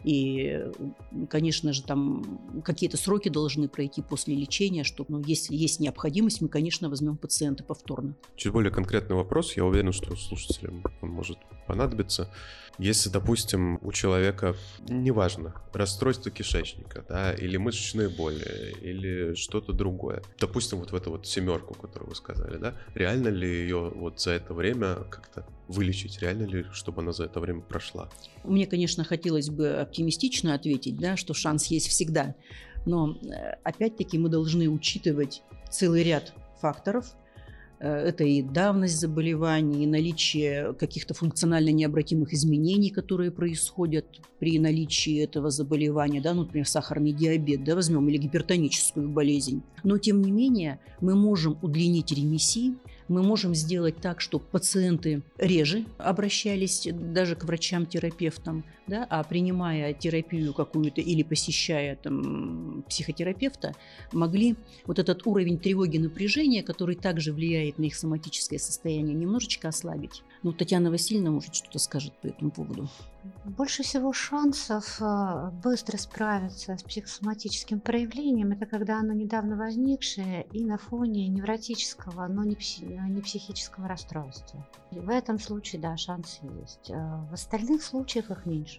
И, конечно же, там какие-то сроки должны пройти после лечения, чтобы, если есть необходимость, мы, конечно, возьмем пациента повторно. Чуть более конкретный вопрос. Я уверен, что слушателям он может понадобиться. Если, допустим, у человека, неважно, расстройство кишечника, да, или мышечные боли, или что-то другое. Допустим, вот в эту вот 7, которую вы сказали, да, реально ли ее вот за это время как-то вылечить? Реально ли, чтобы она за это время прошла? Мне, конечно, хотелось бы оптимистично ответить, да, что шанс есть всегда. Но, опять-таки, мы должны учитывать целый ряд факторов. Это и давность заболеваний, и наличие каких-то функционально необратимых изменений, которые происходят при наличии этого заболевания, да, ну, например, сахарный диабет, да, возьмем, или гипертоническую болезнь. Но, тем не менее, мы можем удлинить ремиссии, мы можем сделать так, чтобы пациенты реже обращались даже к врачам-терапевтам, да, а принимая терапию какую-то или посещая там психотерапевта, могли вот этот уровень тревоги, напряжения, который также влияет на их соматическое состояние, немножечко ослабить. Ну, Татьяна Васильевна, может, что-то скажет по этому поводу. Больше всего шансов быстро справиться с психосоматическим проявлением — это когда оно недавно возникшее и на фоне невротического, но не психического расстройства. И в этом случае, да, шансы есть. В остальных случаях их меньше.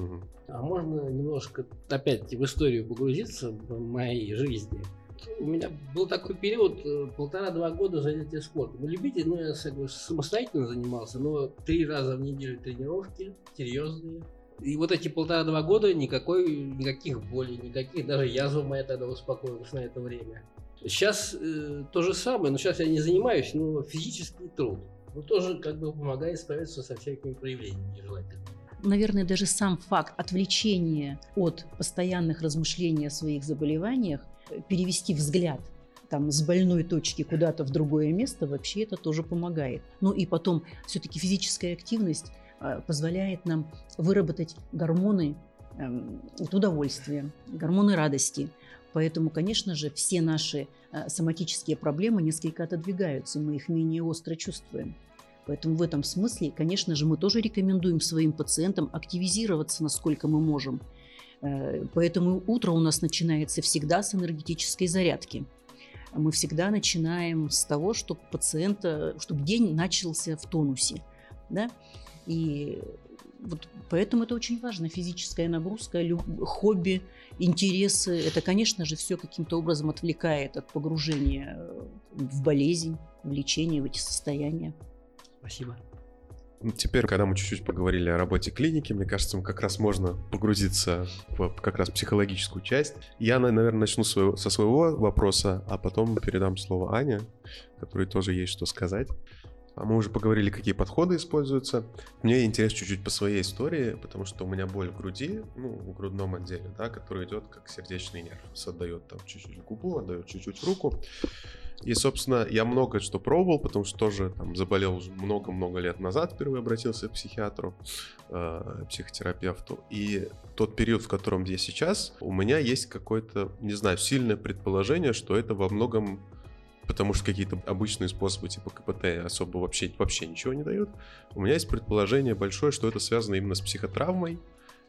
А можно немножко опять в историю погрузиться в моей жизни? У меня был такой период, 1,5-2 года занятия спортом. Любитель, я самостоятельно занимался, но 3 раза в неделю тренировки, серьезные. И вот эти 1,5-2 года никаких болей, никаких, даже язва моя тогда успокоилась на это время. Сейчас то же самое, но сейчас я не занимаюсь, но физический труд. Тоже помогает справиться со всякими проявлениями нежелательными. Наверное, даже сам факт отвлечения от постоянных размышлений о своих заболеваниях, перевести взгляд там, с больной точки куда-то в другое место, вообще это тоже помогает. Ну и потом все-таки физическая активность позволяет нам выработать гормоны удовольствия, гормоны радости. Поэтому, конечно же, все наши соматические проблемы несколько отодвигаются, мы их менее остро чувствуем. Поэтому в этом смысле, конечно же, мы тоже рекомендуем своим пациентам активизироваться, насколько мы можем. Поэтому утро у нас начинается всегда с энергетической зарядки. Мы всегда начинаем с того, чтобы чтобы день начался в тонусе. Да? И вот поэтому это очень важно. Физическая нагрузка, хобби, интересы. Это, конечно же, все каким-то образом отвлекает от погружения в болезнь, в лечение, в эти состояния. Спасибо. Теперь, когда мы чуть-чуть поговорили о работе клиники, мне кажется, как раз можно погрузиться в как раз психологическую часть. Я, наверное, начну со своего вопроса, а потом передам слово Ане, которой тоже есть что сказать. Мы уже поговорили, какие подходы используются. Мне интересно чуть-чуть по своей истории, потому что у меня боль в груди, в грудном отделе, да, который идет как сердечный нерв. Отдает там чуть-чуть в губу, отдает чуть-чуть в руку. И, собственно, я много что пробовал, потому что тоже там заболел уже много-много лет назад, впервые обратился к психиатру, психотерапевту. И тот период, в котором я сейчас, у меня есть какое-то, не знаю, сильное предположение, что это во многом потому что какие-то обычные способы типа КПТ особо вообще ничего не дают. У меня есть предположение большое, что это связано именно с психотравмой,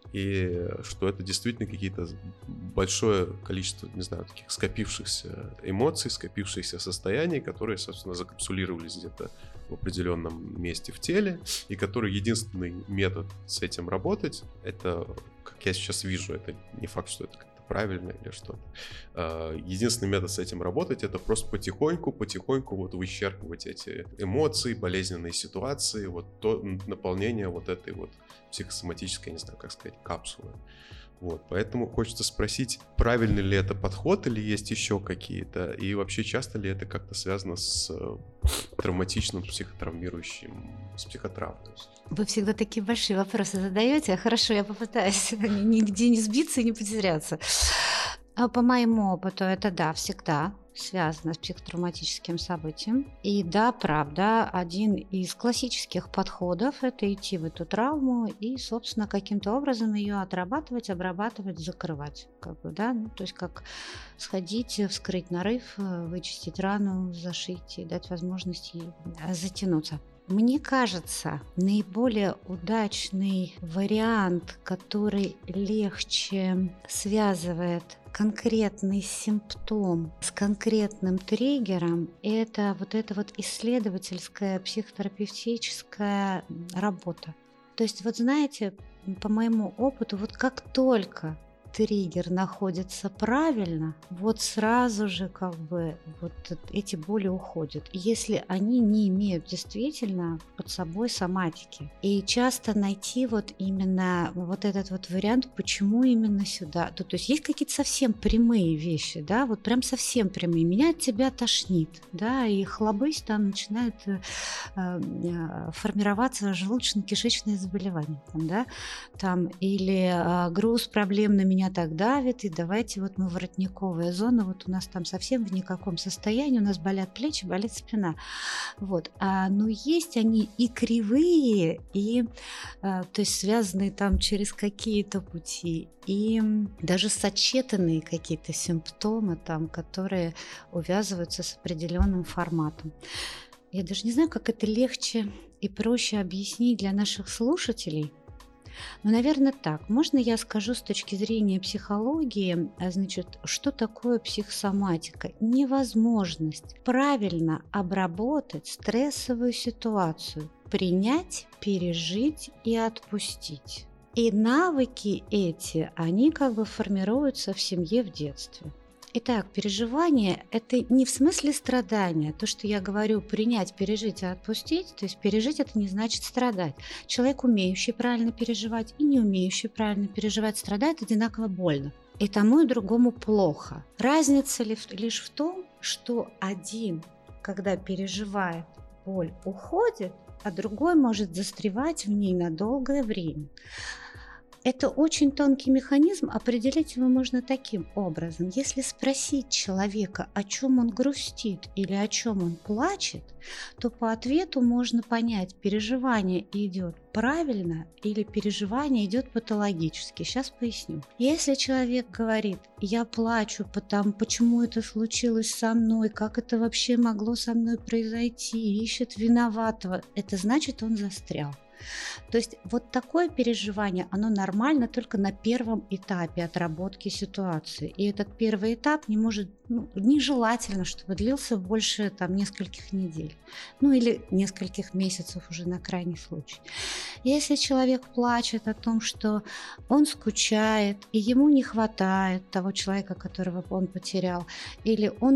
и что это действительно какие-то большое количество, не знаю, таких скопившихся эмоций, скопившихся состояний, которые, собственно, закапсулировались где-то в определенном месте в теле, и который единственный метод с этим работать, это, как я сейчас вижу, это не факт, что это правильно или что-то. Единственный метод с этим работать — это просто потихоньку вот вычеркивать эти эмоции, болезненные ситуации, вот то наполнение вот этой вот психосоматической, не знаю, как сказать, капсулы. Вот, поэтому хочется спросить, правильный ли это подход или есть еще какие-то, и вообще часто ли это как-то связано с травматичным, психотравмирующим, с психотравмой? Вы всегда такие большие вопросы задаете. Хорошо, я попытаюсь нигде не сбиться и не потеряться. По моему опыту, это да, всегда связано с психотравматическим событием. И да, правда, один из классических подходов – это идти в эту травму и, собственно, каким-то образом ее отрабатывать, обрабатывать, закрывать. То есть как сходить, вскрыть нарыв, вычистить рану, зашить и дать возможность ей затянуться. Мне кажется, наиболее удачный вариант, который легче связывает конкретный симптом с конкретным триггером, это вот исследовательская психотерапевтическая работа. То есть, знаете, по моему опыту, как только триггер находится правильно, вот сразу же как бы вот эти боли уходят, если они не имеют действительно под собой соматики. И часто найти вот именно вот этот вот вариант, почему именно сюда. То есть есть какие-то совсем прямые вещи, да, вот прям совсем прямые. Меня от тебя тошнит, да, и хлобысь там начинает формироваться желудочно-кишечное заболевание, там, да, там, или груз проблем на меня так давит, и давайте вот мы воротниковая зона, вот у нас там совсем в никаком состоянии, у нас болят плечи, болит спина. Вот. Но есть они и кривые, и то есть связанные там через какие-то пути, и даже сочетанные какие-то симптомы там, которые увязываются с определенным форматом. Я даже не знаю, как это легче и проще объяснить для наших слушателей. Но, наверное, так. Можно я скажу с точки зрения психологии, значит, что такое психосоматика? Невозможность правильно обработать стрессовую ситуацию, принять, пережить и отпустить. И навыки эти, они как бы формируются в семье в детстве. Итак, переживание – это не в смысле страдания. То, что я говорю, принять, пережить и отпустить, то есть пережить – это не значит страдать. Человек, умеющий правильно переживать и не умеющий правильно переживать, страдает одинаково больно. И тому, и другому плохо. Разница лишь в том, что один, когда переживает, боль уходит, а другой может застревать в ней на долгое время. Это очень тонкий механизм, определить его можно таким образом. Если спросить человека, о чем он грустит или о чем он плачет, то по ответу можно понять, переживание идет правильно или переживание идет патологически. Сейчас поясню. Если человек говорит, я плачу, почему это случилось со мной, как это вообще могло со мной произойти, ищет виноватого, это значит, он застрял. То есть вот такое переживание, оно нормально только на первом этапе отработки ситуации. И этот первый этап нежелательно, чтобы длился больше нескольких недель. Или нескольких месяцев уже на крайний случай. Если человек плачет о том, что он скучает, и ему не хватает того человека, которого он потерял, или он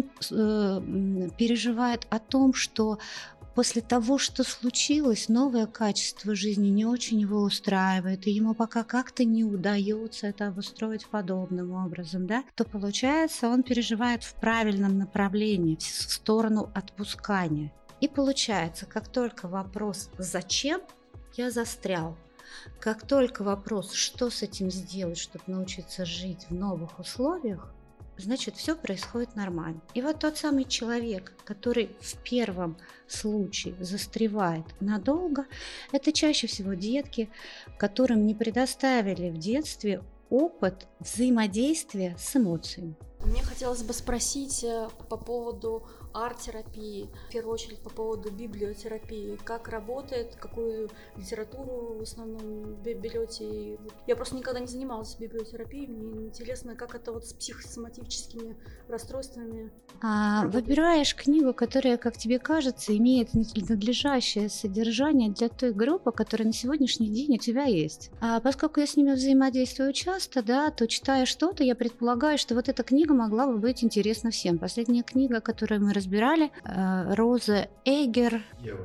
переживает о том, что после того, что случилось, новое качество жизни не очень его устраивает, и ему пока как-то не удается это обустроить подобным образом, да, то получается, он переживает в правильном направлении, в сторону отпускания. И получается, как только вопрос «зачем?», я застрял. Как только вопрос «что с этим сделать, чтобы научиться жить в новых условиях?», значит, все происходит нормально. И вот тот самый человек, который в первом случае застревает надолго, это чаще всего детки, которым не предоставили в детстве опыт взаимодействия с эмоциями. Мне хотелось бы спросить по поводу арт-терапии, в первую очередь по поводу библиотерапии. Как работает, какую литературу в основном берете? Я просто никогда не занималась библиотерапией, мне интересно, как это с психосоматическими расстройствами. Выбираешь книгу, которая, как тебе кажется, имеет надлежащее содержание для той группы, которая на сегодняшний день у тебя есть. Поскольку я с ними взаимодействую часто, да, то читая что-то, я предполагаю, что вот эта книга могла бы быть интересна всем. Последняя книга, которую мы разбирали, Роза Эггер.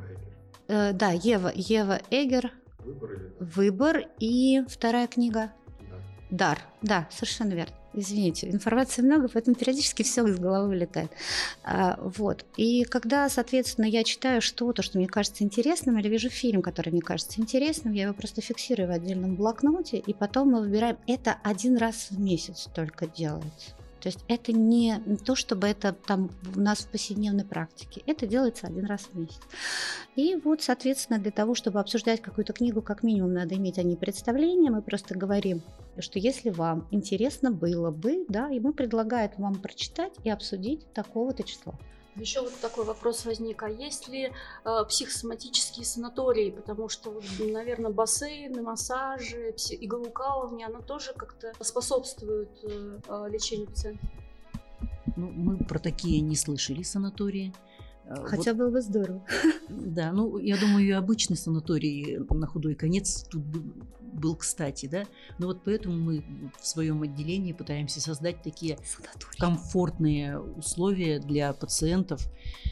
Ева Эггер. Выбор. И вторая книга Дар. Да, совершенно верно. Извините, информации много, поэтому периодически все из головы вылетает. Вот. И когда, соответственно, я читаю что-то, что мне кажется интересным, или вижу фильм, который мне кажется интересным, я его просто фиксирую в отдельном блокноте, и потом мы выбираем. Это один раз в месяц только делается. То есть это не то, чтобы это там у нас в повседневной практике. Это делается один раз в месяц. И вот, соответственно, для того, чтобы обсуждать какую-то книгу, как минимум надо иметь о ней представление. Мы просто говорим, что если вам интересно было бы, да, и мы предлагаем вам прочитать и обсудить такого-то числа. Еще вот такой вопрос возник. А есть ли психосоматические санатории? Потому что, наверное, бассейны, массажи, иглоукалывание, оно тоже как-то способствует лечению пациентов. Мы про такие не слышали санатории. Хотя было бы здорово. Да, ну, я думаю, и обычный санаторий на худой конец тут был кстати, да. Но вот поэтому мы в своем отделении пытаемся создать такие комфортные условия для пациентов,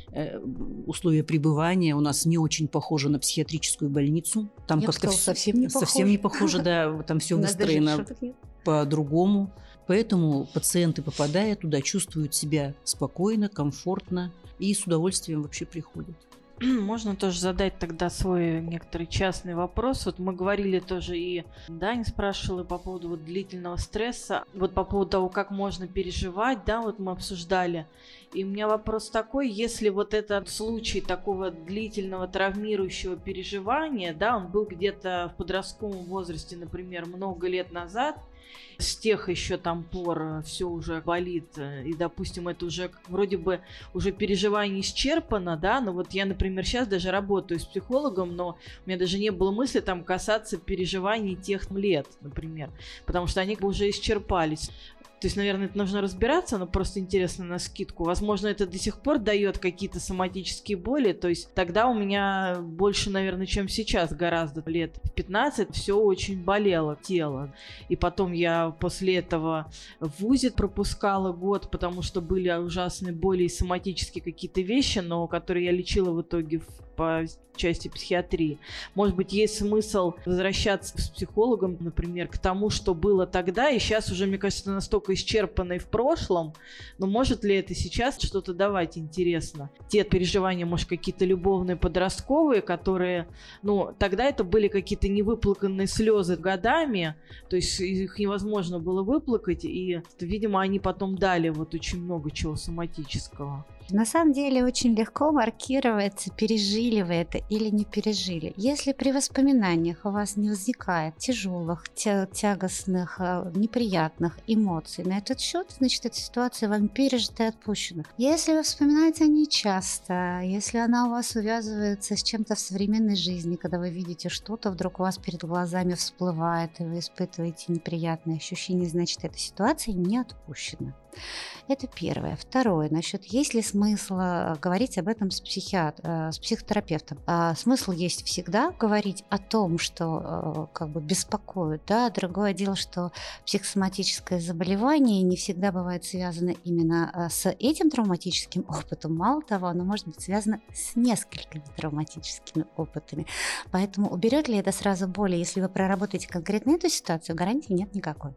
условия пребывания. У нас не очень похоже на психиатрическую больницу. Там как-то совсем не похоже, да, там все выстроено по-другому. Поэтому пациенты, попадая туда, чувствуют себя спокойно, комфортно и с удовольствием вообще приходят. Можно тоже задать тогда свой некоторый частный вопрос. Вот мы говорили тоже, и Даня спрашивала по поводу вот длительного стресса, вот по поводу того, как можно переживать, да, вот мы обсуждали. И у меня вопрос такой, если вот этот случай такого длительного травмирующего переживания, да, он был где-то в подростковом возрасте, например, много лет назад, с тех еще там пор все уже болит, и, допустим, это уже вроде бы уже переживание исчерпано, да, но вот я, например, сейчас даже работаю с психологом, но у меня даже не было мысли там касаться переживаний тех лет, например, потому что они уже исчерпались. То есть, наверное, это нужно разбираться, но просто интересно навскидку. Возможно, это до сих пор дает какие-то соматические боли. То есть тогда у меня больше, наверное, чем сейчас, гораздо лет в 15, все очень болело тело. И потом я после этого в ВУЗе пропускала год, потому что были ужасные боли и соматические какие-то вещи, но которые я лечила в итоге по части психиатрии. Может быть, есть смысл возвращаться с психологом, например, к тому, что было тогда, и сейчас уже, мне кажется, настолько исчерпано и в прошлом, но может ли это сейчас что-то давать интересно? Те переживания, может, какие-то любовные, подростковые, которые, ну, тогда это были какие-то невыплаканные слезы годами, то есть их невозможно было выплакать, и, видимо, они потом дали вот очень много чего соматического. На самом деле очень легко маркировать, пережили вы это или не пережили. Если при воспоминаниях у вас не возникает тяжелых, тягостных, неприятных эмоций на этот счет, значит, эта ситуация вам пережита и отпущена. Если вы вспоминаете о ней часто, если она у вас увязывается с чем-то в современной жизни, когда вы видите что-то, вдруг у вас перед глазами всплывает, и вы испытываете неприятные ощущения, значит, эта ситуация не отпущена. Это первое. Второе. Насчет, есть ли смысл говорить об этом с психотерапевтом? Смысл есть всегда говорить о том, что как бы беспокоит. Да? Другое дело, что психосоматическое заболевание не всегда бывает связано именно с этим травматическим опытом. Мало того, оно может быть связано с несколькими травматическими опытами. Поэтому уберет ли это сразу боли, если вы проработаете конкретно эту ситуацию, гарантии нет никакой.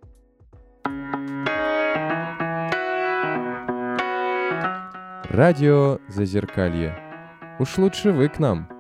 Радио Зазеркалье. Уж лучше вы к нам.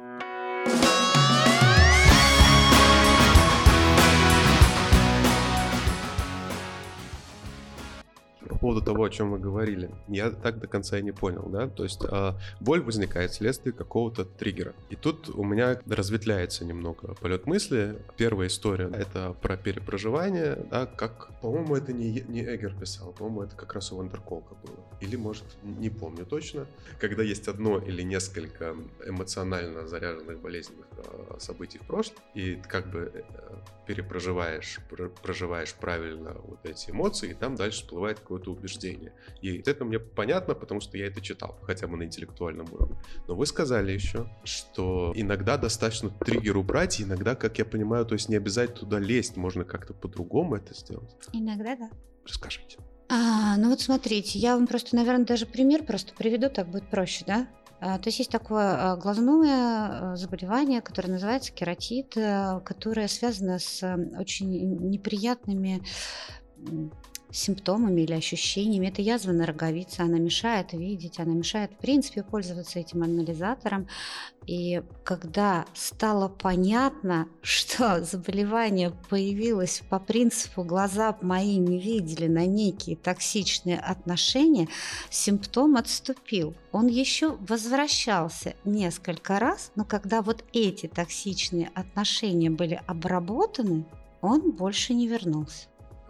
По поводу того, о чем мы говорили, я так до конца и не понял, да, то есть боль возникает вследствие какого-то триггера. И тут у меня разветвляется немного полет мысли. Первая история — это про перепроживание, да, как, по-моему, это не Эггер писал, по-моему, это как раз у Вандерколка было. Или, может, не помню точно. Когда есть одно или несколько эмоционально заряженных болезненных событий в прошлом, и как бы проживаешь правильно вот эти эмоции, и там дальше всплывает какое-то убеждение. И это мне понятно, потому что я это читал, хотя бы на интеллектуальном уровне. Но вы сказали еще, что иногда достаточно триггер убрать, и иногда, как я понимаю, то есть не обязательно туда лезть, можно как-то по-другому это сделать. Иногда, да. Расскажите. Ну вот смотрите, я вам просто, наверное, даже пример просто приведу, так будет проще, да? То есть есть такое глазное заболевание, которое называется кератит, которое связано с очень неприятными симптомами или ощущениями. Это язва на роговице, она мешает видеть, она мешает, в принципе, пользоваться этим анализатором. И когда стало понятно, что заболевание появилось по принципу «глаза мои не видели» на некие токсичные отношения, симптом отступил. Он еще возвращался несколько раз, но когда вот эти токсичные отношения были обработаны, он больше не вернулся.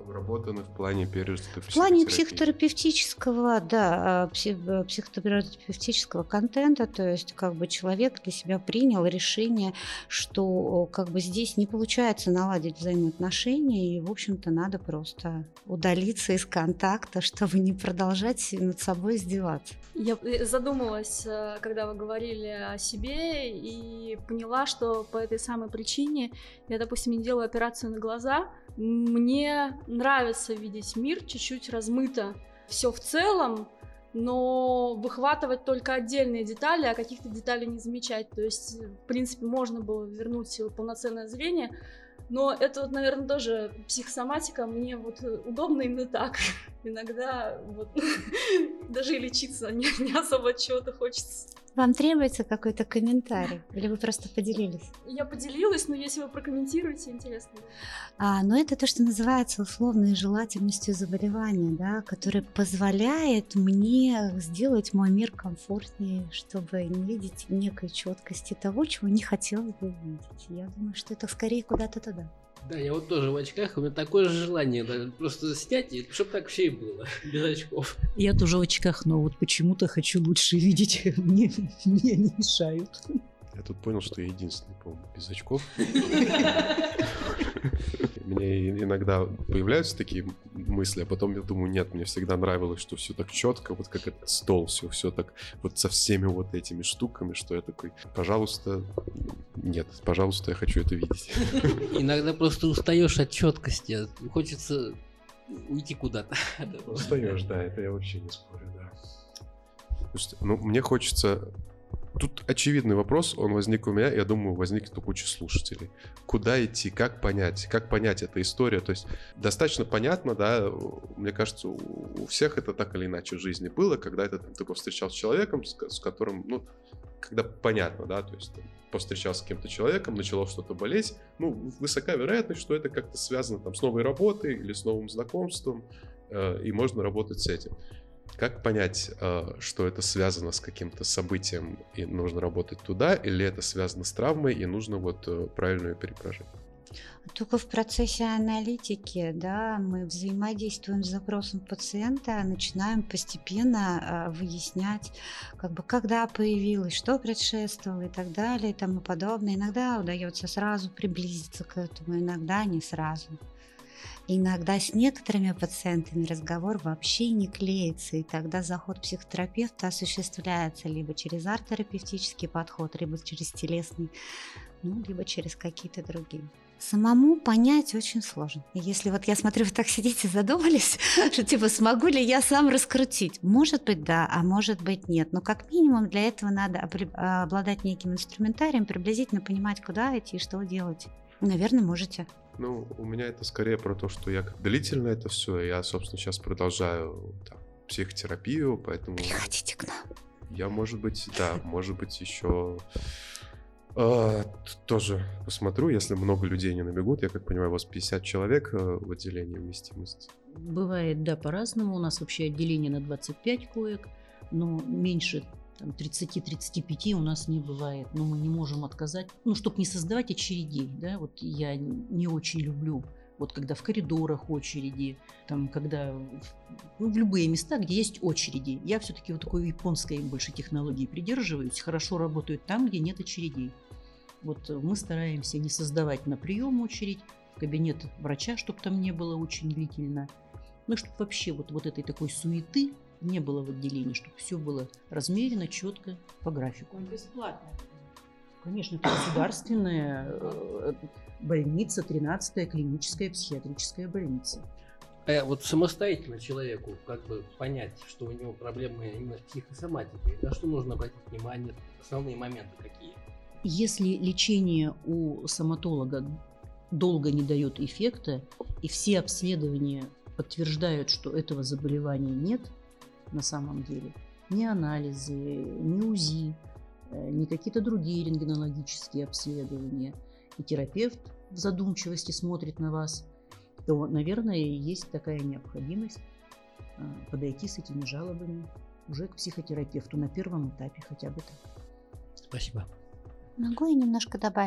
Работаны в плане пережитых В плане психотерапии. психотерапевтического, да, психотерапевтического контента, то есть как бы человек для себя принял решение, что как бы здесь не получается наладить взаимоотношения, и, в общем-то, надо просто удалиться из контакта, чтобы не продолжать над собой издеваться. Я задумалась, когда вы говорили о себе, и поняла, что по этой самой причине я, допустим, не делаю операцию на глаза. Мне нравится видеть мир чуть-чуть размыто. Все в целом, но выхватывать только отдельные детали, а каких-то деталей не замечать. То есть, в принципе, можно было вернуть полноценное зрение, но это вот, наверное, тоже психосоматика. Мне вот удобно именно так. Иногда вот даже и лечиться не особо чего-то хочется. Вам требуется какой-то комментарий? Или вы просто поделились? Я поделилась, но если вы прокомментируете, интересно. Но это то, что называется условной желательностью заболевания, да, которое позволяет мне сделать мой мир комфортнее, чтобы не видеть некой четкости того, чего не хотелось бы видеть. Я думаю, что это скорее куда-то туда. Да, я вот тоже в очках, у меня такое же желание, да, просто снять, чтобы так все и было, без очков. Я тоже в очках, но вот почему-то хочу лучше видеть. Мне не мешают. Я тут понял, что я единственный, по-моему, без очков. У меня иногда появляются такие мысли, а потом я думаю, нет, мне всегда нравилось, что все так четко, вот как этот стол, все так вот со всеми вот этими штуками, что я такой, пожалуйста, нет, пожалуйста, я хочу это видеть. Иногда просто устаешь от четкости, хочется уйти куда-то. Устаешь, да, это я вообще не спорю, да. Слушайте, ну, мне хочется... Тут очевидный вопрос, он возник у меня, я думаю, возникнет у кучи слушателей. Куда идти, как понять эта история? То есть достаточно понятно, да, мне кажется, у всех это так или иначе в жизни было, когда это ты повстречался с человеком, с которым, ну, когда понятно, да, то есть повстречался с каким-то человеком, начало что-то болеть, ну, высока вероятность, что это как-то связано там с новой работой или с новым знакомством, и можно работать с этим. Как понять, что это связано с каким-то событием и нужно работать туда, или это связано с травмой и нужно вот правильно ее перепрожить? Только в процессе аналитики, да, мы взаимодействуем с запросом пациента, начинаем постепенно выяснять, как бы, когда появилось, что предшествовало и так далее и тому подобное. Иногда удается сразу приблизиться к этому, иногда не сразу. Иногда с некоторыми пациентами разговор вообще не клеится, и тогда заход психотерапевта осуществляется либо через арт-терапевтический подход, либо через телесный, ну, либо через какие-то другие. Самому понять очень сложно. Если вот я смотрю, вы так сидите, задумались, что типа смогу ли я сам раскрутить? Может быть, да, а может быть, нет. Но как минимум для этого надо обладать неким инструментарием, приблизительно понимать, куда идти и что делать. Наверное, можете. Ну, у меня это скорее про то, что я как длительно это все, я, собственно, сейчас продолжаю там, психотерапию, поэтому... Приходите к нам. Я, может быть, еще тоже посмотрю, если много людей не набегут. Я как понимаю, у вас 50 человек в отделении вместимости. Бывает, да, по-разному. У нас вообще отделение на 25 коек, но меньше 30-35 у нас не бывает, но мы не можем отказать, ну, чтобы не создавать очередей, да, вот я не очень люблю, вот когда в коридорах очереди, там, когда в любые места, где есть очереди, я все-таки вот такой японской больше технологии придерживаюсь, хорошо работают там, где нет очередей. Вот мы стараемся не создавать на прием очередь, в кабинет врача, чтобы там не было очень длительно, ну, чтобы вообще вот этой такой суеты не было в отделении, чтобы все было размеренно, четко, по графику. Бесплатно. Конечно, это государственная больница, 13-я клиническая психиатрическая больница. А вот самостоятельно человеку как бы понять, что у него проблемы именно с психосоматикой, на что нужно обратить внимание, основные моменты какие? Если лечение у стоматолога долго не дает эффекта, и все обследования подтверждают, что этого заболевания нет, на самом деле. Ни анализы, ни УЗИ, ни какие-то другие рентгенологические обследования. И терапевт в задумчивости смотрит на вас, то, наверное, есть такая необходимость подойти с этими жалобами уже к психотерапевту на первом этапе хотя бы так. Спасибо. Могу я немножко добавить?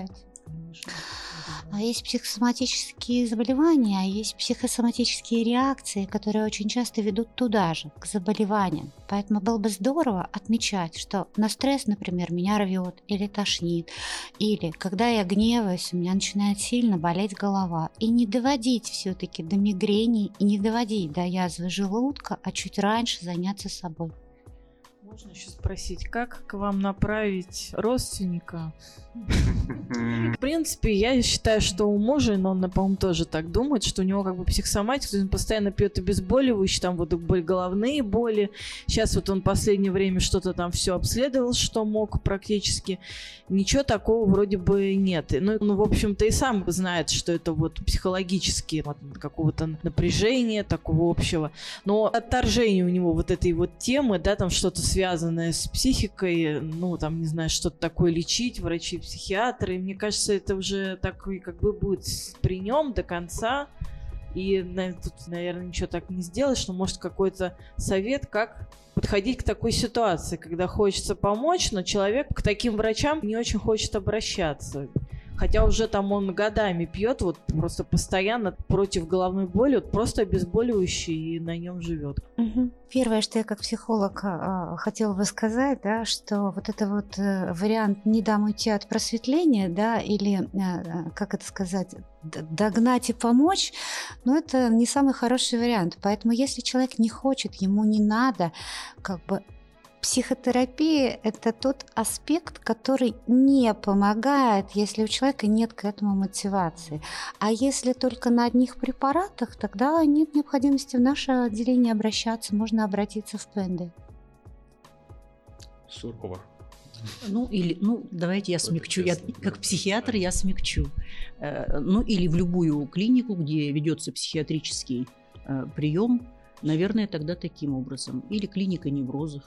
А есть психосоматические заболевания, а есть психосоматические реакции, которые очень часто ведут туда же, к заболеваниям. Поэтому было бы здорово отмечать, что на стресс, например, меня рвет или тошнит, или когда я гневаюсь, у меня начинает сильно болеть голова. И не доводить все-таки до мигрени, и не доводить до язвы желудка, а чуть раньше заняться собой. Можно еще спросить, как к вам направить родственника? В принципе, я считаю, что у мужа, но он, по-моему, тоже так думает, что у него как бы психосоматика, то есть он постоянно пьет обезболивающие, там вот головные боли. Сейчас вот он в последнее время что-то там все обследовал, что мог практически. Ничего такого вроде бы нет. Ну, в общем-то, и сам знает, что это вот психологически от какого-то напряжения такого общего. Но отторжение у него вот этой вот темы, да, там что-то связанное с психикой, ну, там, не знаю, что-то такое лечить, врачи, психиатры. Мне кажется, это уже такой как бы будет при нем до конца. И тут, наверное, ничего так не сделаешь, но может какой-то совет, как подходить к такой ситуации, когда хочется помочь, но человек к таким врачам не очень хочет обращаться. Хотя уже там он годами пьет, вот просто постоянно против головной боли, вот просто обезболивающий и на нем живет. Первое, что я как психолог хотела бы сказать, да, что вот это вот вариант «не дам уйти от просветления», да, или, как это сказать, догнать и помочь, но это не самый хороший вариант. Поэтому если человек не хочет, ему не надо, как бы психотерапия – это тот аспект, который не помогает, если у человека нет к этому мотивации. А если только на одних препаратах, тогда нет необходимости в наше отделение обращаться, можно обратиться в ПНД. Суркова. Давайте я смягчу. Я, как психиатр я смягчу. Или в любую клинику, где ведется психиатрический прием, наверное, тогда таким образом. Или клиника неврозов.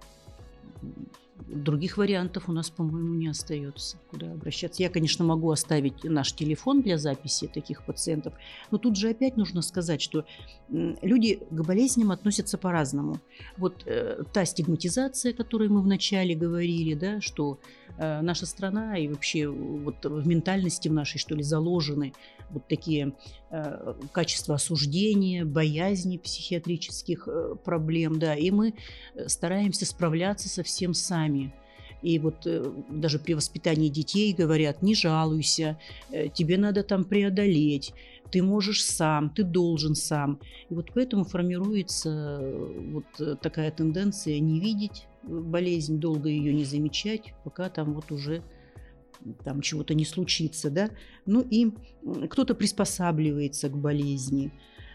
Других вариантов у нас, по-моему, не остается, куда обращаться. Я, конечно, могу оставить наш телефон для записи таких пациентов, но тут же опять нужно сказать, что люди к болезням относятся по-разному. Вот та стигматизация, о которой мы вначале говорили, да, что наша страна и вообще вот в ментальности в нашей, что ли, заложены вот такие качества осуждения, боязни психиатрических проблем, да, и мы стараемся справляться со всем сами. И вот даже при воспитании детей говорят: не жалуйся, тебе надо там преодолеть, ты можешь сам, ты должен сам. И вот поэтому формируется вот такая тенденция не видеть болезнь, долго ее не замечать, пока там вот уже там чего-то не случится, да. Ну и кто-то приспосабливается к болезни,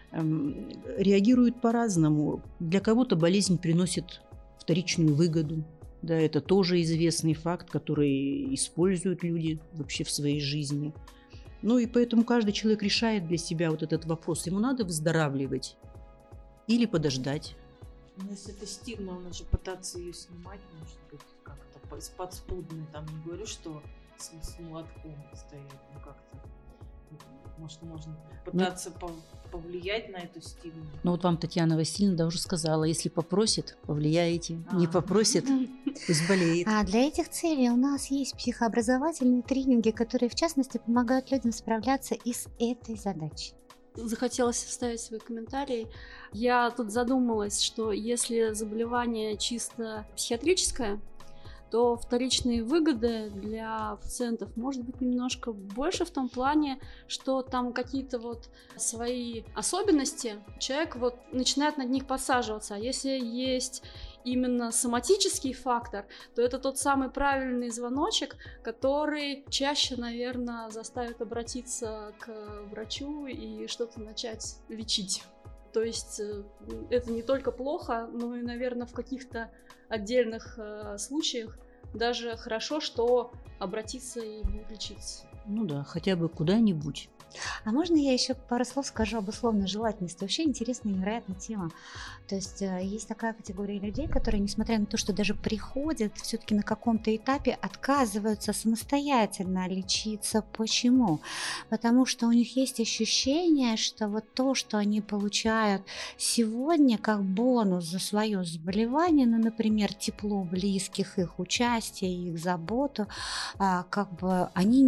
реагирует по-разному. Для кого-то болезнь приносит вторичную выгоду. Да, это тоже известный факт, который используют люди вообще в своей жизни. Ну и поэтому каждый человек решает для себя вот этот вопрос. Ему надо выздоравливать или подождать. Ну, если это стигма, надо же пытаться ее снимать, может быть, как-то с подспудной. Там не говорю, что с молотком стоять, ну как-то. Может, можно пытаться повлиять на эту стигму. Ну вот вам Татьяна Васильевна уже сказала, если попросит, повлияете. Не попросит, пусть болеет. А для этих целей у нас есть психообразовательные тренинги, которые, в частности, помогают людям справляться и с этой задачей. Захотелось вставить свой комментарий. Я тут задумалась, что если заболевание чисто психиатрическое, то вторичные выгоды для пациентов может быть немножко больше в том плане, что там какие-то вот свои особенности, человек вот начинает над них подсаживаться. А если есть именно соматический фактор, то это тот самый правильный звоночек, который чаще, наверное, заставит обратиться к врачу и что-то начать лечить. То есть это не только плохо, но и, наверное, в каких-то отдельных случаях даже хорошо, что обратиться и будет лечиться. Ну да, хотя бы куда-нибудь. А можно я еще пару слов скажу об условной желательности? Вообще интересная и невероятная тема. То есть есть такая категория людей, которые, несмотря на то, что даже приходят, все-таки на каком-то этапе отказываются самостоятельно лечиться. Почему? Потому что у них есть ощущение, что вот то, что они получают сегодня как бонус за свое заболевание, ну, например, тепло близких, их участие, их заботу, как бы они не готовы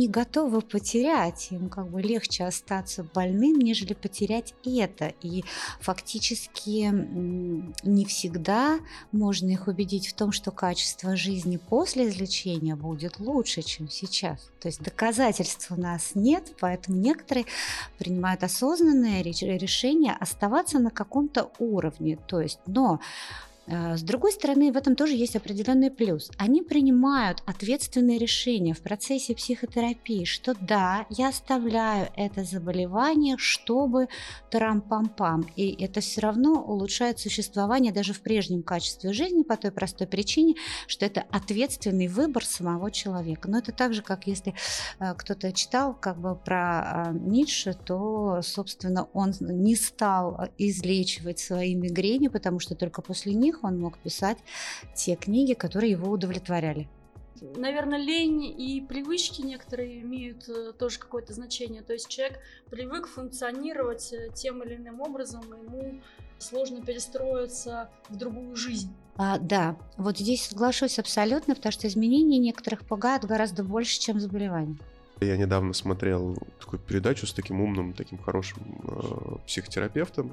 готовы потерять. Им как бы легче остаться больным, нежели потерять это. И фактически не всегда можно их убедить в том, что качество жизни после излечения будет лучше, чем сейчас. То есть доказательств у нас нет, поэтому некоторые принимают осознанное решение оставаться на каком-то уровне. То есть, но с другой стороны, в этом тоже есть определенный плюс. Они принимают ответственные решения в процессе психотерапии, что да, я оставляю это заболевание, чтобы тарам-пам-пам. И это все равно улучшает существование даже в прежнем качестве жизни по той простой причине, что это ответственный выбор самого человека. Но это так же, как если кто-то читал как бы про Ницше, то, собственно, он не стал излечивать свои мигрени, потому что только после них он мог писать те книги, которые его удовлетворяли. Наверное, лень и привычки некоторые имеют тоже какое-то значение. То есть человек привык функционировать тем или иным образом, и ему сложно перестроиться в другую жизнь. Да, вот здесь соглашусь абсолютно, потому что изменения некоторых пугают гораздо больше, чем заболевания. Я недавно смотрел такую передачу с таким умным, таким хорошим психотерапевтом.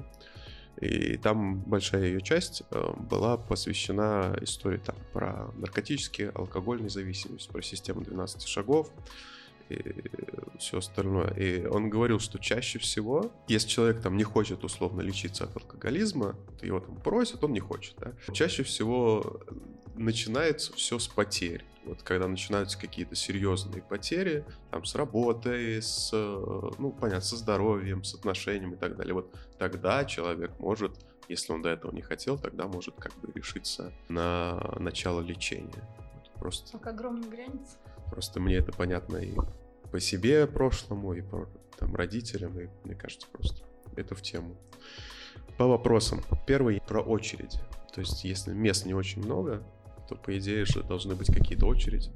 И там большая ее часть была посвящена истории там, про наркотические, алкогольную зависимость, про систему 12 шагов и все остальное. И он говорил, что чаще всего, если человек там не хочет условно лечиться от алкоголизма, то его там просят, он не хочет. Да? Чаще всего начинается все с потерь. Вот когда начинаются какие-то серьезные потери, там, с работой, понятно, со здоровьем, с отношениями и так далее, вот тогда человек может, если он до этого не хотел, тогда может как бы решиться на начало лечения. Просто, как огромный глянец. Просто мне это понятно и по себе прошлому, и по там, родителям, и мне кажется, просто это в тему. По вопросам. Первый про очередь. То есть, если мест не очень много, то, по идее, же должны быть какие-то очереди.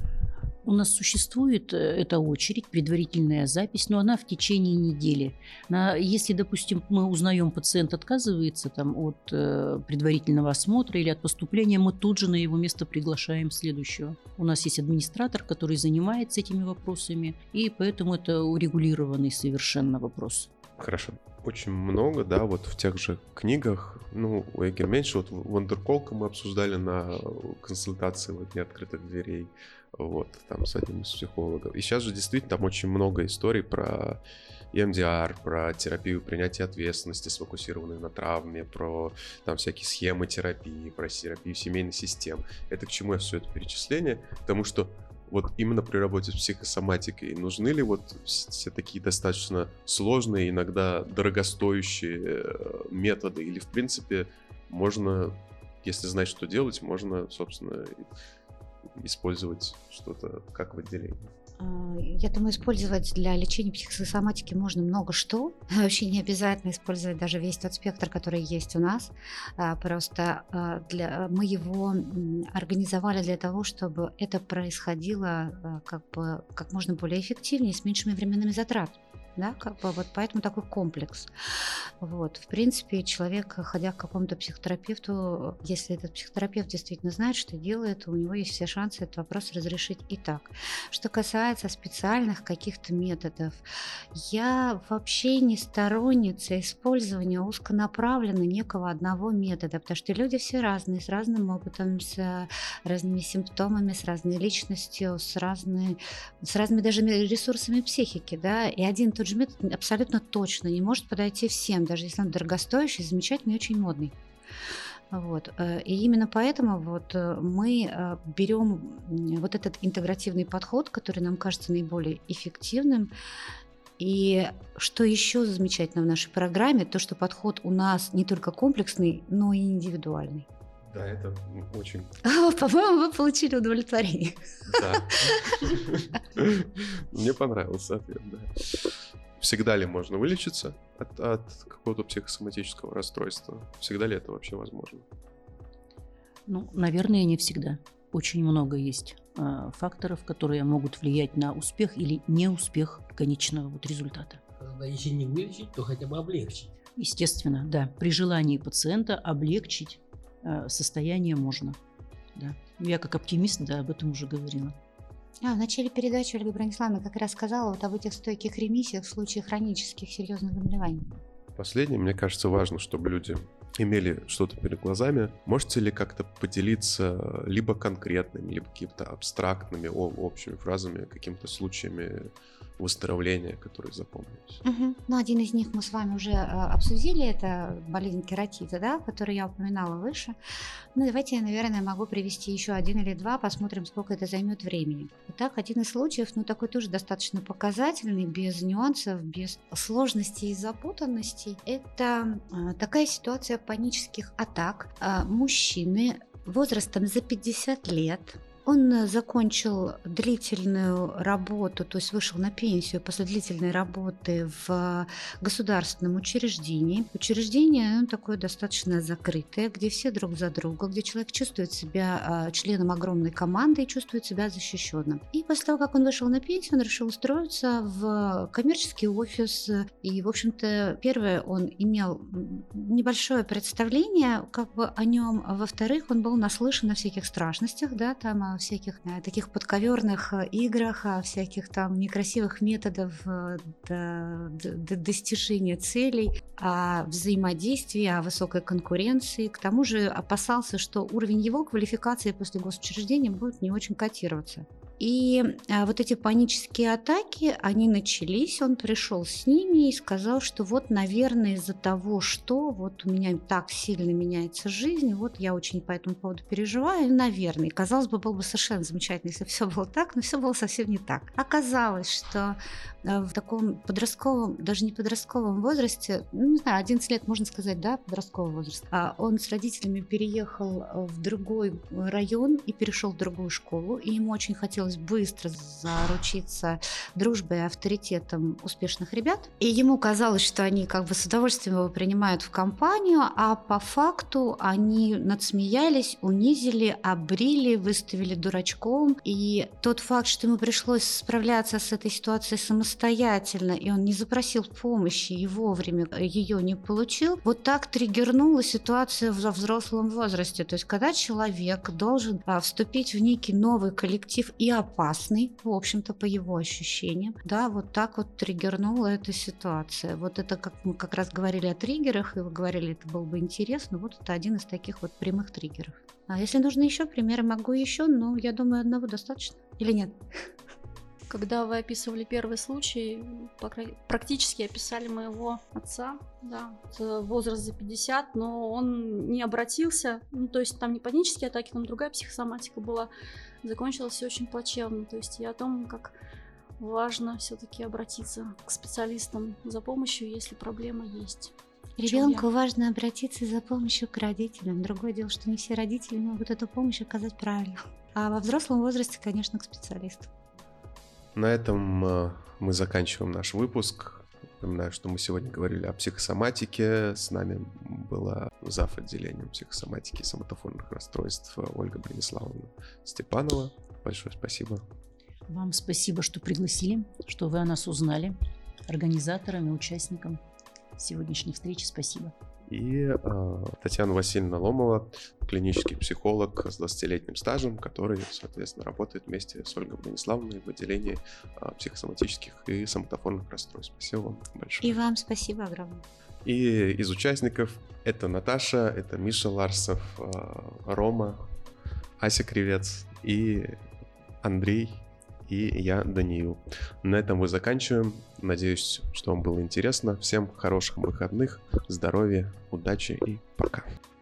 У нас существует эта очередь, предварительная запись, но она в течение недели. Если, допустим, мы узнаем, пациент отказывается там, от предварительного осмотра или от поступления, мы тут же на его место приглашаем следующего. У нас есть администратор, который занимается этими вопросами, и поэтому это урегулированный совершенно вопрос. Хорошо. Очень много, да, вот в тех же книгах, у Эгер меньше, вот Вандерколка мы обсуждали на консультации вот «Дни открытых дверей», вот, там с одним из психологов. И сейчас же действительно там очень много историй про EMDR, про терапию принятия ответственности, сфокусированную на травме, про там всякие схемы терапии, про терапию семейной системы. Это к чему я все это перечисление? Потому что вот именно при работе с психосоматикой нужны ли вот все такие достаточно сложные, иногда дорогостоящие методы? Или, в принципе, можно, если знать, что делать, можно, собственно, использовать что-то как в отделении? Я думаю, использовать для лечения психосоматики можно много что. Вообще не обязательно использовать даже весь тот спектр, который есть у нас. Просто мы его организовали для того, чтобы это происходило как можно более эффективнее, с меньшими временными затратами. Да, вот поэтому такой комплекс. Вот. В принципе, человек, ходя к какому-то психотерапевту, если этот психотерапевт действительно знает, что делает, у него есть все шансы этот вопрос разрешить и так. Что касается специальных каких-то методов, я вообще не сторонница использования узконаправленно некого одного метода, потому что люди все разные, с разным опытом, с разными симптомами, с разной личностью, с разными даже ресурсами психики, да, и один тот же метод абсолютно точно не может подойти всем, даже если он дорогостоящий, замечательный и очень модный. Вот. И именно поэтому вот мы берем вот этот интегративный подход, который нам кажется наиболее эффективным. И что еще замечательно в нашей программе, то, что подход у нас не только комплексный, но и индивидуальный. Да, это очень... По-моему, вы получили удовлетворение. Да. Мне понравился ответ, да. Всегда ли можно вылечиться от какого-то психосоматического расстройства? Всегда ли это вообще возможно? Наверное, не всегда. Очень много есть факторов, которые могут влиять на успех или неуспех конечного результата. Если не вылечить, то хотя бы облегчить. Естественно, да. При желании пациента облегчить состояние можно. Да. Я как оптимист, об этом уже говорила. В начале передачи Ольга Брониславовна как раз сказала вот об этих стойких ремиссиях в случае хронических серьезных заболеваний. Последнее, мне кажется, важно, чтобы люди имели что-то перед глазами. Можете ли как-то поделиться либо конкретными, либо какими-то абстрактными, общими фразами, какими-то случаями выздоровления, которые запомнились? Ну, один из них мы с вами уже обсудили, это болезнь кератита, да, которую я упоминала выше. Ну, давайте я, наверное, могу привести еще один или два, посмотрим, сколько это займет времени. Итак, один из случаев, ну, такой тоже достаточно показательный, без нюансов, без сложностей и запутанностей. Это такая ситуация панических атак. Мужчины возрастом за 50 лет. Он закончил длительную работу, то есть вышел на пенсию после длительной работы в государственном учреждении. Учреждение такое достаточно закрытое, где все друг за друга, где человек чувствует себя членом огромной команды и чувствует себя защищенным. И после того, как он вышел на пенсию, он решил устроиться в коммерческий офис. И, в общем-то, первое, он имел небольшое представление как бы о нем. Во-вторых, он был наслышан о всяких страшностях, да, там о всяких таких подковерных играх, о всяких там некрасивых методах достижения целей, о взаимодействии, о высокой конкуренции. К тому же опасался, что уровень его квалификации после госучреждения будет не очень котироваться. И вот эти панические атаки, они начались, он пришел с ними и сказал, что вот, наверное, из-за того, что вот у меня так сильно меняется жизнь, вот я очень по этому поводу переживаю, и, наверное, казалось бы, было бы совершенно замечательно, если все было так, но все было совсем не так. Оказалось, что в таком подростковом, даже не подростковом возрасте, ну, не знаю, 11 лет, можно сказать, да, подростковый возраст, он с родителями переехал в другой район и перешел в другую школу, и ему очень хотелось быстро заручиться дружбой и авторитетом успешных ребят. И ему казалось, что они как бы с удовольствием его принимают в компанию, а по факту они надсмеялись, унизили, обрили, выставили дурачком. И тот факт, что ему пришлось справляться с этой ситуацией самостоятельно, и он не запросил помощи и вовремя ее не получил, вот так триггернула ситуация во взрослом возрасте. То есть когда человек должен вступить в некий новый коллектив и опасный, в общем-то, по его ощущениям, да, вот так вот триггернула эта ситуация. Вот это, как мы как раз говорили о триггерах, и вы говорили, это было бы интересно, вот это один из таких вот прямых триггеров. А если нужны еще примеры, могу еще, но я думаю, одного достаточно. Или нет? Когда вы описывали первый случай, практически описали моего отца, да, возраст за 50, но он не обратился, ну, то есть там не панические атаки, там другая психосоматика была, закончилось все очень плачевно, то есть я о том, как важно все-таки обратиться к специалистам за помощью, если проблема есть. Ребенку важно обратиться за помощью к родителям. Другое дело, что не все родители могут эту помощь оказать правильно. А во взрослом возрасте, конечно, к специалисту. На этом мы заканчиваем наш выпуск. Напоминаю, что мы сегодня говорили о психосоматике. С нами была зав. Отделением психосоматики и соматофорных расстройств Ольга Брониславовна Степанова. Большое спасибо. Вам спасибо, что пригласили, что вы о нас узнали. Организаторам и участникам сегодняшней встречи спасибо. И Татьяна Васильевна Ломова, клинический психолог с 20-летним стажем, который, соответственно, работает вместе с Ольгой Брониславовной в отделении психосоматических и соматофорных расстройств. Спасибо вам большое. И вам спасибо огромное. И из участников это Наташа, это Миша Ларсов, Рома, Ася Кривец и Андрей, и я, Даниил. На этом мы заканчиваем. Надеюсь, что вам было интересно. Всем хороших выходных, здоровья, удачи и пока.